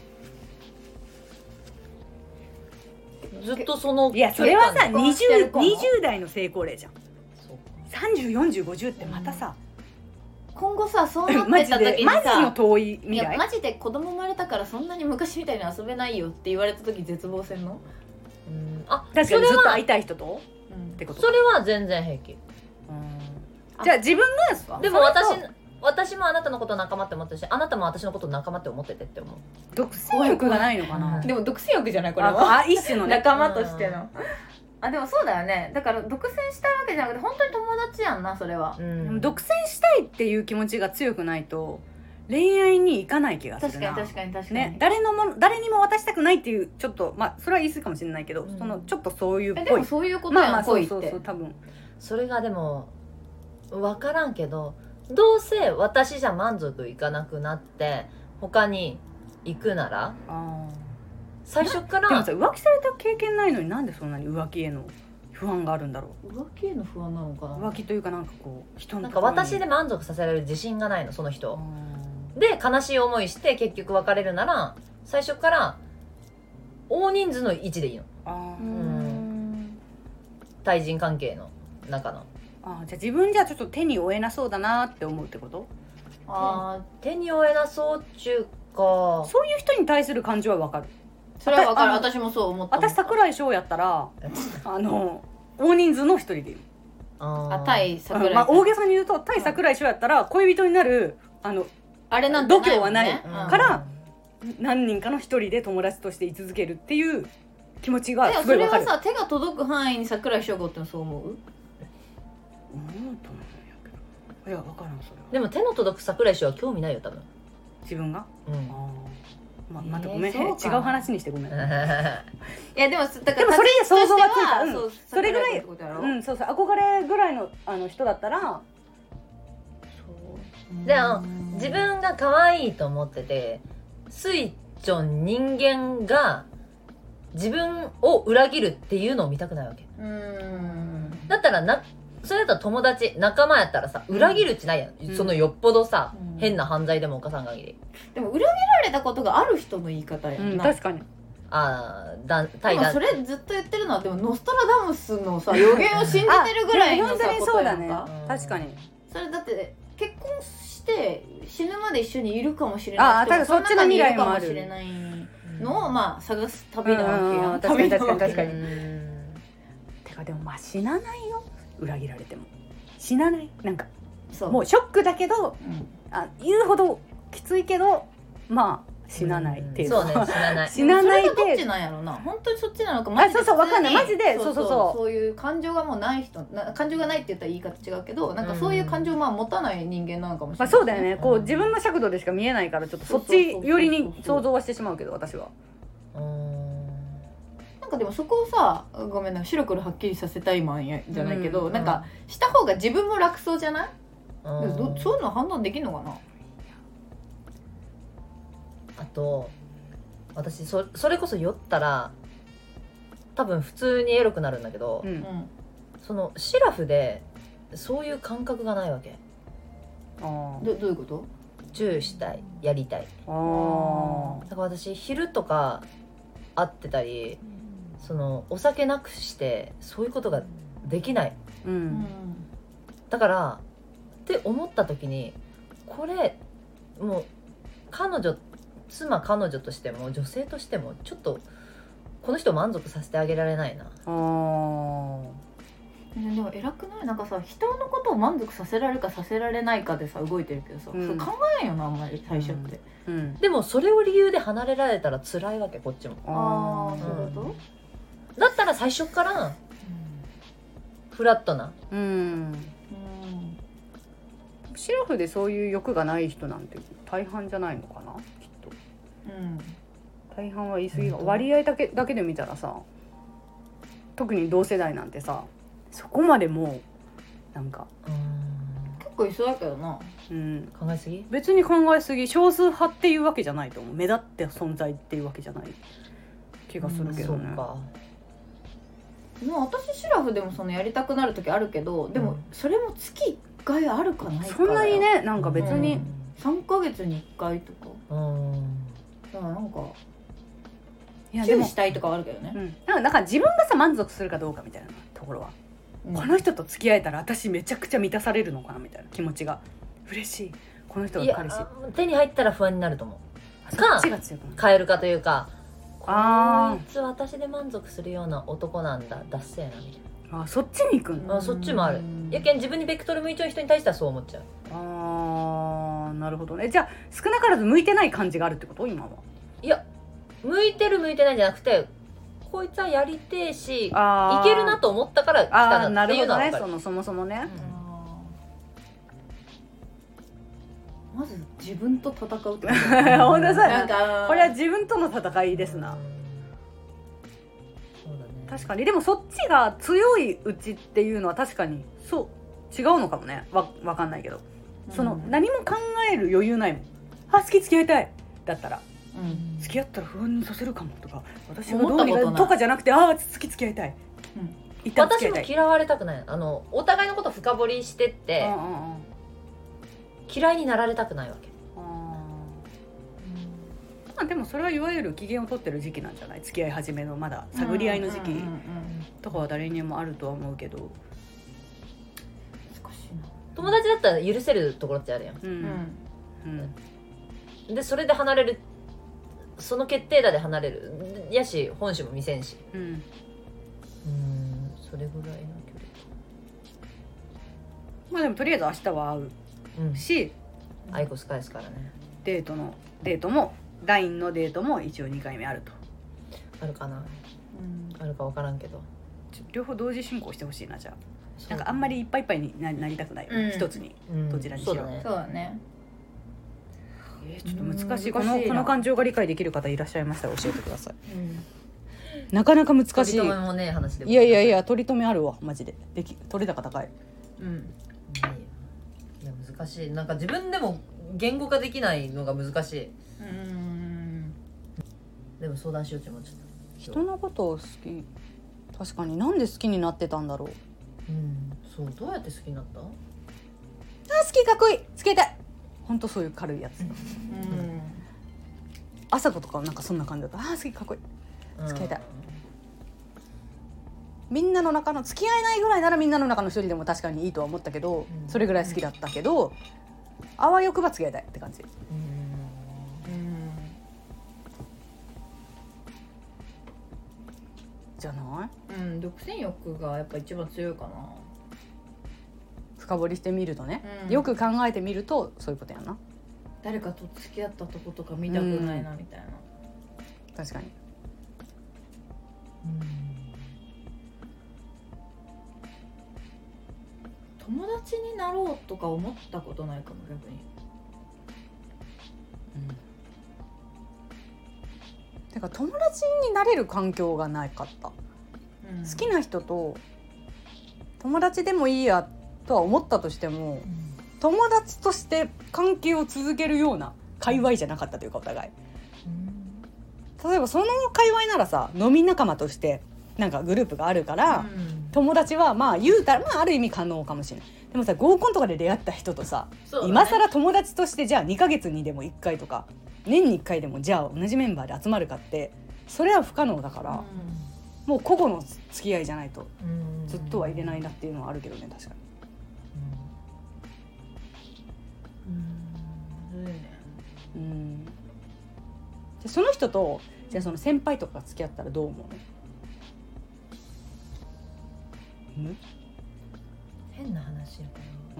ずっとそのいやそれはさ結婚してる 20, 子も 20代の成功例じゃん。 そうさんじゅう、よんじゅう、ごじゅうってまたさ、 今後さそうなマジってた時にでマジのさ遠いい未来。 やマジで子供生まれたからそんなに昔みたいに遊べないよって言われた時絶望せんの？ うんあ確かそれはにずっと会いたい人とうんってこと。 それは全然平気。 うんじゃあ自分がでも私それと私もあなたのこと仲間って思ってるし、あなたも私のこと仲間って思っててって思う。 独占欲がないのかな。 うんでも独占欲じゃないこれは。 ああ一種のね。 仲間としての。あでもそうだよね。だから独占したいわけじゃなくて本当に友達やんなそれは。 うん独占したいっていう気持ちが強くないと恋愛に行かない気がするな。 確かに確かに確かに。 ね、誰のも誰にも渡したくないっていうちょっとまあそれは言い過ぎかもしれないけど、 うんそのちょっとそういうっえでぽいもそういうことまあまやん恋って。 あそうそうそう多分それがでも分からんけど、どうせ私じゃ満足いかなくなって他に行くならあ最初かでもらさ浮気された経験ないのになんでそんなに浮気への不安があるんだろ浮気への不安なのかな。 う。浮気というかなんかこう人のなんか私で満足させられる自信がないのその人あで、悲しい思いして結局別れるなら最初から大人数の位置でいいの。 あうーん。 対人関係の中のあーじゃあ自分じゃちょっと手に負えなそうだなって思うってこと？ あ手に負えなそうっちゅうか、 そういう人に対する感情はわかる。 あそれはわかる。 あの私もそう思った。 私桜井翔やったらあの大人数の一人でいる。 ああ対桜井さん。 まあ大げさに言うと対桜井翔やったら恋人になるあのあれなんてないもんね。 度胸はないうんから何人かの一人で友達として居続けるっていう気持ちがでもすごいわかる。 それはさ手が届く範囲に桜井翔吾ってのそう思う？ 思うと思うんやけど。いや分からんそれは。 でも手の届く桜井氏は興味ないよ多分。 自分が。 うんあーまあまたごめん、 えーそうか違う話にしてごめん。 いやでもだからでもそれで想像がついたうんそうそれぐらい桜井ってことやろうんそうそう憧れぐらいのあの人だったら。 でも自分が可愛いと思っててスイちょん人間が自分を裏切るっていうのを見たくないわけ。 うーんだったらなそれだったら友達仲間やったらさ裏切るっちないやん、 うんそのよっぽどさ、 うん変な犯罪でも犯さん限り。 でも裏切られたことがある人の言い方やうんんな。 確かに。 ああだで対談もそれずっと言ってるのはでもノストラダムスのさ予言を信じてるぐらいのさあでも本当にことそうだねやんか。 うん確かに。 それだって結婚して死ぬまで一緒にいるかもしれない人ああただそっちの未来もあるその中にいるかもしれないのをまあ探す旅なわけやうんん。 確かに確かに旅なわけ確かにうんてかでもまあ死なないよ裏切られても死なないなんかそうもうショックだけどうんあ言うほどきついけどまあ死なないっていうそうね死なない死なないでもそれがどっちでなんやろな本当にそっちなのかあそうそう普通にわかんないマジでそうそうそうそういう感情がもうない人な感情がないって言ったら言い方違うけどなんかそういう感情をまあ持たない人間なのかもしれない、 まあそうだよねこううん自分の尺度でしか見えないからちょっとそっち寄りに想像はしてしまうけど私はうんなんかでもそこをさごめんな白黒はっきりさせたいマンやじゃないけど、 うんなんかした方が自分も楽そうじゃない？ うでどそういうの判断できるのかな。 あと私 そ, それこそ酔ったら多分普通にエロくなるんだけど、 うん、 そのシラフでそういう感覚がないわけ。 あど, どういうこと？ チューしたい、やりたい。 あだから私昼とか会ってたり、そのお酒なくしてそういうことができない、 うん、 だからって思った時にこれもう彼女妻彼女としても女性としてもちょっとこの人を満足させてあげられないな。 あでも偉くない？なんかさ、人のことを満足させられるかさせられないかでさ動いてるけどさ、うん、それ考えんよなあんまり最初って、 うんうん、 でもそれを理由で離れられたら辛いわけこっちも。 ああ、そういうこと、 うん、だったら最初からフラットな、 うんうん、シラフでそういう欲がない人なんて大半じゃないのかなきっと、うん、大半は言い過ぎが、割合だけだけで見たらさ、特に同世代なんてさそこまでもうなんか結構いそうだけどな、 うん、考えすぎ？ 別に考えすぎ、少数派っていうわけじゃないと思う。目立って存在っていうわけじゃない気がするけどね、うん、そうか。 もう私シラフでもそのやりたくなる時あるけど、でもそれも月いっかいあるかないかだよ。 そんなにね、なんか別に、うん、 さんかげつにいっかいとか、うん、だからなんかいや注意したいとかはあるけどね、 うん、だからなんか自分がさ満足するかどうかみたいなところは、うん、この人と付き合えたら私めちゃくちゃ満たされるのかなみたいな気持ちが嬉しい。この人が彼氏手に入ったら不安になると思う。 そっちが強くなる。 変えるかというか、 あこいつ私で満足するような男なんだ、ダッセーなみたいな。 あ、そっちに行くんだ。 あ、そっちもある。やけん自分にベクトル向いちゃう人に対してはそう思っちゃう。 あー、なるほどね。じゃあ少なからず向いてない感じがあるってこと今は？ いや、向いてる向いてないじゃなくて、こいつはやりてえしいけるなと思ったから来たなっていうのは分かる。 なるほどね、そのそもそもね、 うん、まず自分と戦うって本当そうやな。これは自分との戦いですな。 そうだね。 確かに。でもそっちが強いうちっていうのは確かにそう違うのかもね。わ分かんないけど、その、うん、何も考える余裕ないもん。あ、好き付き合いたいだったら、うん、付き合ったら不安にさせるかもとか、私がどうにかとかじゃなくて、ああ好き付き合いたい、うん、一旦付き合いたい。 私も嫌われたくない。あのお互いのこと深掘りしてって、うんうんうん、嫌いになられたくないわけ。あ、 まあ、でもそれはいわゆる機嫌を取ってる時期なんじゃない？付き合い始めのまだ探り合いの時期とかは誰にもあるとは思うけど、 難しいな。 友達だったら許せるところってあるやん、うんうんうん、でそれで離れる、その決定打で離れるやし、本心も見せんし、うん、うーん、それぐらいの距離か。 まあでもとりあえず明日は会うし、 うん、アイコス返すからね。 デートのデートも ライン のデートも一応にかいめあると。 あるかな、うん、あるか分からんけど、 両方同時進行してほしいな。じゃあなんかあんまりいっぱいいっぱいに な, なりたくない、うん、一つに、うん、どちらにしよう。 そうだね、そうだね。 えー、ちょっと難しい。この、この感情が理解できる方いらっしゃいましたら教えてください、うん、なかなか難しい。取り留めもね話でも。 いやいやいや、取り留めあるわマジで。でき取れ高高い。 うん、いや難しい。なんか自分でも言語化できないのが難しい。うん、でも相談しようって思っちゃった。 人のことを好き、確かに。なんで好きになってたんだろう。 うん、そうどうやって好きになった？あ、 好き、かっこいい、つけたい。ほんとそういう軽いやつ、うん、朝子とかなんかそんな感じだった。あー好き、かっこいい、付き合いたい、うん、みんなの中の付き合えないぐらいならみんなの中の一人でも確かにいいとは思ったけど、うん、それぐらい好きだったけど、うん、あわよくば付き合いたいって感じ、うんうん、じゃない？ うん、独占欲がやっぱ一番強いかな。 深掘りしてみるとね、うん、よく考えてみるとそういうことやな。 誰かと付き合ったとことか見たくないなみたいな、 うん、確かに、 うん、友達になろうとか思ったことないかも逆に、 うん、てか友達になれる環境がなかった、うん、好きな人と友達でもいいやとは思ったとしても、 友達として関係を続けるような界隈じゃなかったというかお互い、例えばその界隈ならさ飲み仲間としてなんかグループがあるから、うん、友達はまあ言うたら、まあ、ある意味可能かもしれない。でもさ合コンとかで出会った人とさ、ね、今更友達としてじゃあにかげつにでもいっかいとか年にいっかいでもじゃあ同じメンバーで集まるかってそれは不可能だから、うん、もう個々の付き合いじゃないとずっとはいれないなっていうのはあるけどね確かに。うんうんうん、じゃあその人とじゃあその先輩とか付き合ったらどう思うの？ 変な話やけど、うん、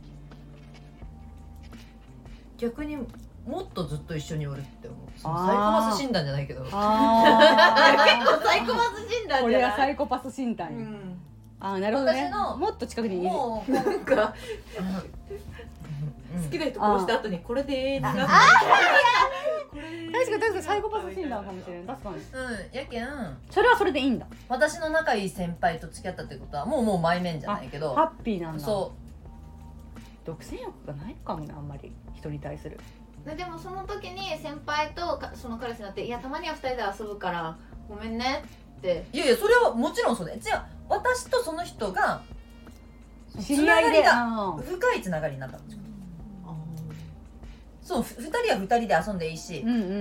逆にもっとずっと一緒におるって思う。そのサイコパス診断じゃないけど、 あ結構サイコパス診断じゃない？ これはサイコパス診断、うん、あなるほどね。もっと近くにいる。 もうなんか好きな人殺した後にこれでええなって確かに確かにサイコパス診断かもしれない。確かに。 うんやけんそれはそれでいいんだ。 私の仲いい先輩と付き合ったってことはもうもう前面じゃないけどハッピーなんだ。 そう独占欲がないかもねあんまり人に対する。 でもその時に先輩とその彼氏になっていやたまにはふたりで遊ぶからごめんねっていやいやそれはもちろんそうで、じゃあ私とその人が知り合いで深いつながりになったんですよ。そうふたりはふたりで遊んでいいし、うんうんうん、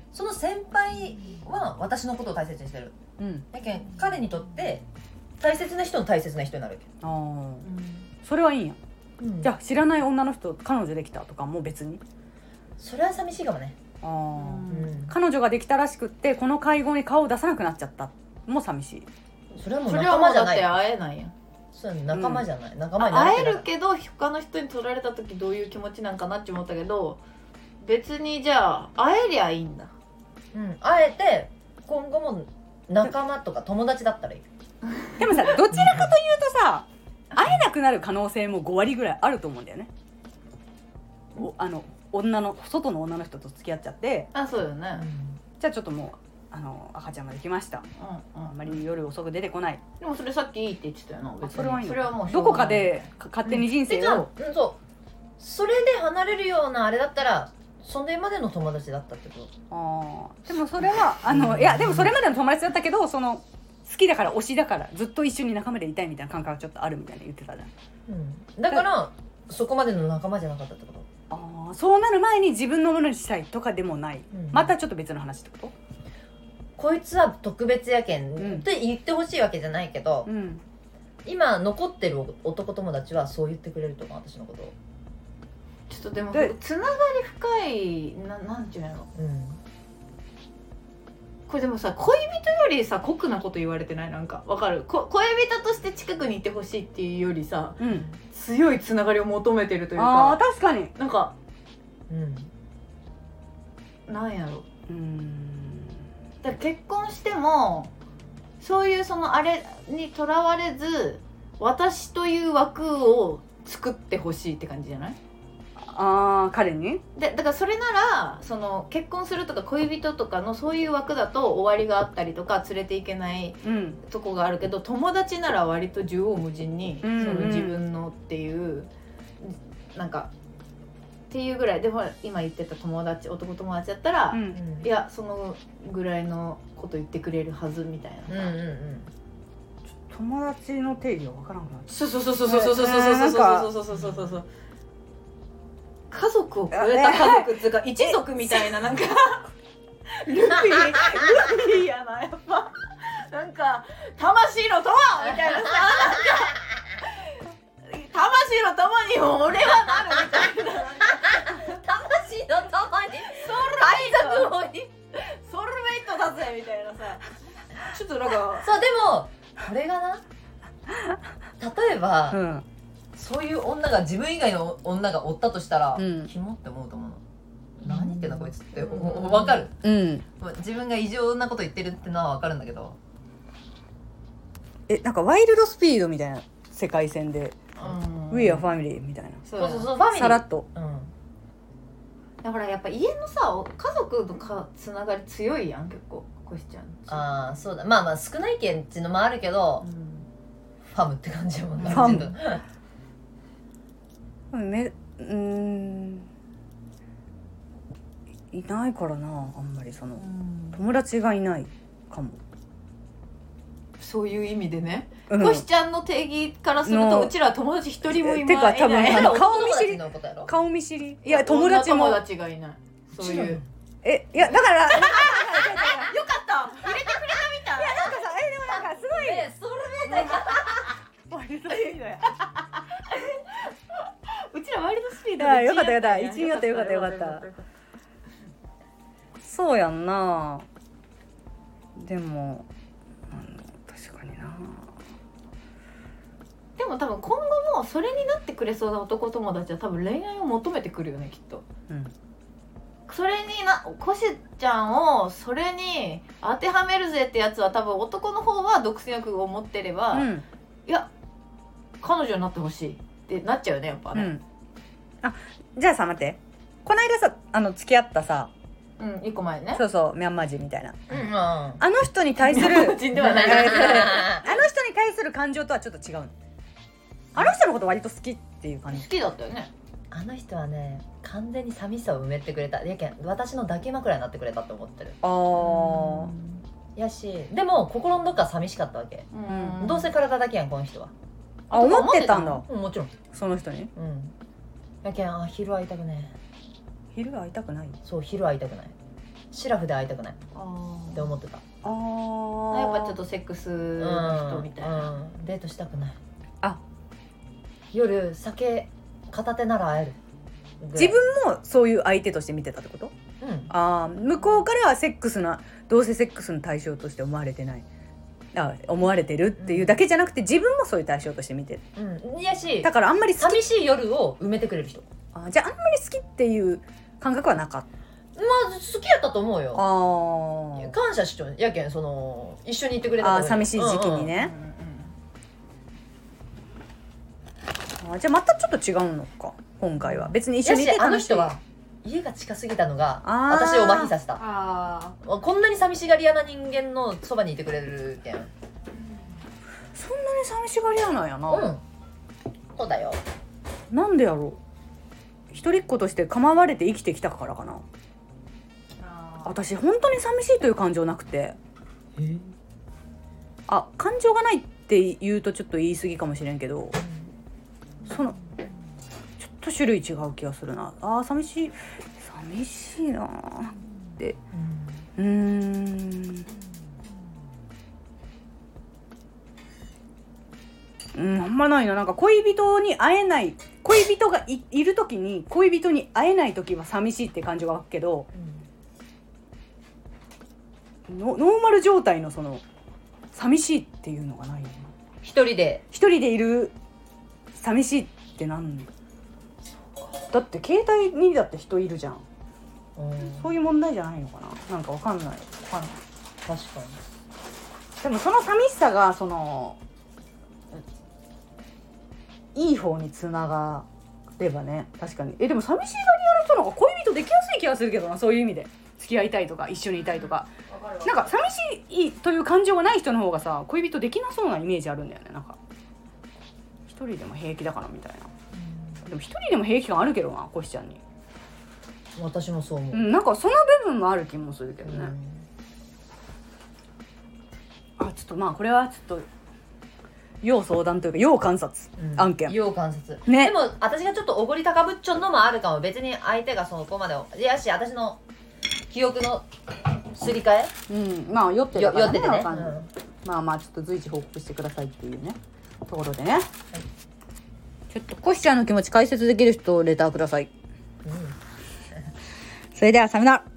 その先輩は私のことを大切にしてる、うん、だけど彼にとって大切な人の大切な人になるわけ。あ、うん、 それはいいんや、うん、じゃあ知らない女の人彼女できたとかも別にそれは寂しいかもね。あ、うん、彼女ができたらしくってこの会合に顔を出さなくなっちゃったも寂しい。 それはもう仲間じゃない。 それはもうだって会えないやん。 そう仲間じゃない、うん、仲間になって会えるけど他の人に取られた時どういう気持ちなんかなって思ったけど別にじゃあ会えりゃいいんだ。 うん、会えて今後も仲間とか友達だったらいい。 でもさどちらかというとさ会えなくなる可能性もごわりぐらいあると思うんだよね。おあの女の外の女の人と付き合っちゃって、 あそうよね、うん、 じゃあちょっともうあの赤ちゃんができました、うんうん、あんまり夜遅く出てこない。 でもそれさっきいいって言ってたよな。 それはいいの。 それはもうどこかで勝手に人生を、 うんうん、そうそれで離れるようなあれだったらそれまでの友達だったってこと。 あでもそれはあのいやでもそれまでの友達だったけどその好きだから推しだからずっと一緒に仲間でいたいみたいな感覚がちょっとあるみたいな言ってたじゃん、 うん、だからそこまでの仲間じゃなかったってこと。 あそうなる前に自分のものにしたいとかでもない、うん、またちょっと別の話ってこと。 こいつは特別やけんって言ってほしいわけじゃないけど、うん、今残ってる男友達はそう言ってくれると思う私のことを。 ちょっとでもつながり深い な, なんていうの、うん、これでもさ恋人よりさ酷なこと言われてない？なんかわかるこ恋人として近くにいてほしいっていうよりさ、うん、強いつながりを求めてるというか。 あ確かになんか、うん、なんやろうーんだ結婚してもそういうそのあれにとらわれず私という枠を作ってほしいって感じじゃない？ ああ彼にでだからそれならその結婚するとか恋人とかのそういう枠だと終わりがあったりとか連れていけないとこがあるけど、うん、友達なら割と縦横無尽に、うんうん、その自分のっていうなんかっていうぐらいでほら今言ってた友達男友達だったら、うんうん、いやそのぐらいのこと言ってくれるはずみたいな、うんうんうん、 友達の定義が分からんくなっちゃう。 そうそうそうそうそうそうそうそうそうそうそうそうそう家族を超えた家族っていうか一族みたいななんかルフィルフィやなやっぱなんか魂の友みたいなさ魂の友にも俺はなるみたいな魂の友にソウルメイトソウルメイトだぜみたいなさちょっとなんかそうでもこれがな例えば、うん、そういう女が自分以外の女がおったとしたら、うん、キモって思うと思うの。何言ってんだこいつって分かる、うん、自分が異常なこと言ってるってのは分かるんだけどえなんかワイルドスピードみたいな世界線で、うん、We are family みたいなそうそうそうファミリーさらっと、うん、 だからやっぱ家のさ家族とかつながり強いやん結構こしちゃんち。 ああそうだまあまあ少ないけんっていうのもあるけど、うん、ファムって感じやもんね。 ファムめうーんいないからな、あんまりその、うん、友達がいないかも。 そういう意味でね、うん、コシちゃんの定義からするとうちらは友達一人もいない。 てか多分いない顔見知り顔見知りいや友達も友達がいない。そういうえいやだからよかった入れてくれたみたい。 いやなんかさえでもなんかすごいえそれでワイルドスピードやうちらワイルドスピードでよかったよかった一位やったよかったよかったそうやんな。でも確かにな。 でも多分今後もそれになってくれそうな男友達は多分恋愛を求めてくるよねきっと、うん、それになコシちゃんをそれに当てはめるぜってやつは多分男の方は独占欲を持ってれば、うん、いや彼女になってほしいってなっちゃうよねやっぱね、うん、 あじゃあさ待ってこの間さあの付き合ったさうん、いっこまえね。 そうそうミャンマー人みたいな、 うん、 あの人に対するミャンマー人ではないあの人に対する感情とはちょっと違う。あの人のこと割と好きっていう感じ。 好きだったよね。 あの人はね完全に寂しさを埋めてくれた。やけん私の抱き枕になってくれたって思ってる。 ああやしでも心のどっか寂しかったわけ。うんどうせ体だけやんこの人は。 あ思ってたんだ。 うんもちろんその人に。 うんやけんあ昼会いたくねえ。 昼会いたくない。 そう昼会いたくない。シラフで会いたくないって思ってた。 ああやっぱちょっとセックスの人みたいな、 うんうん、デートしたくない。 あ夜酒片手なら会える。 自分もそういう相手として見てたってこと？うん、あ向こうからはセックスなどうせセックスの対象として思われてないあ思われてるっていうだけじゃなくて、うん、自分もそういう対象として見てる、 うん、いやしだからあんまり好き寂しい夜を埋めてくれる人。 あじゃああんまり好きっていう感覚はなかった。 まあ好きやったと思うよ。 あ感謝しちゃうやけんその一緒にいてくれたあ寂しい時期にね、うんうん、あじゃあまたちょっと違うのか今回は。別に一緒にいて楽しい。 あの人は家が近すぎたのが私を麻痺させた。あこんなに寂しがり屋な人間のそばにいてくれるけん。 そんなに寂しがり屋なんやな。 うんそうだよ。 なんでやろう。一人っ子として構われて生きてきたからかな。私本当に寂しいという感情なくて。 えあ感情がないって言うとちょっと言い過ぎかもしれんけど、そのちょっと種類違う気がするな。あ寂しい寂しいなってうーんうんあんまないな。なんか恋人に会えない恋人が い, いる時に恋人に会えない時は寂しいって感情が湧くけど、うん、ノ, ノーマル状態のその寂しいっていうのがないよな。 一人で一人でいる寂しいってなんだって携帯にだって人いるじゃん、うん、そういう問題じゃないのかな。なんかわかんないわかんない。 確かに。 でもその寂しさがそのいい方につながればね確かに。えでも寂しがり屋の人の方が恋人できやすい気がするけどな。そういう意味で付き合いたいとか一緒にいたいとか、なんか寂しいという感情がない人の方がさ恋人できなそうなイメージあるんだよね。なんか一人でも平気だからみたいな、うん、でも一人でも平気感あるけどなコシちゃんに。 私もそう思う、 うん、なんかその部分もある気もするけどね、うん、あちょっとまあこれはちょっと要相談というか要観察案件、 うん、要観察、 ね、 でも私がちょっとおごり高ぶっちょんのもあるかも。別に相手がそこまでいやし私の記憶のすり替え、 うん、まあ酔ってたからね、 酔っててね、うん、 まあまあちょっと随時報告してくださいっていうねところでね、はい、ちょっとコシちゃんの気持ち解説できる人レターください、うん、それではさよなら。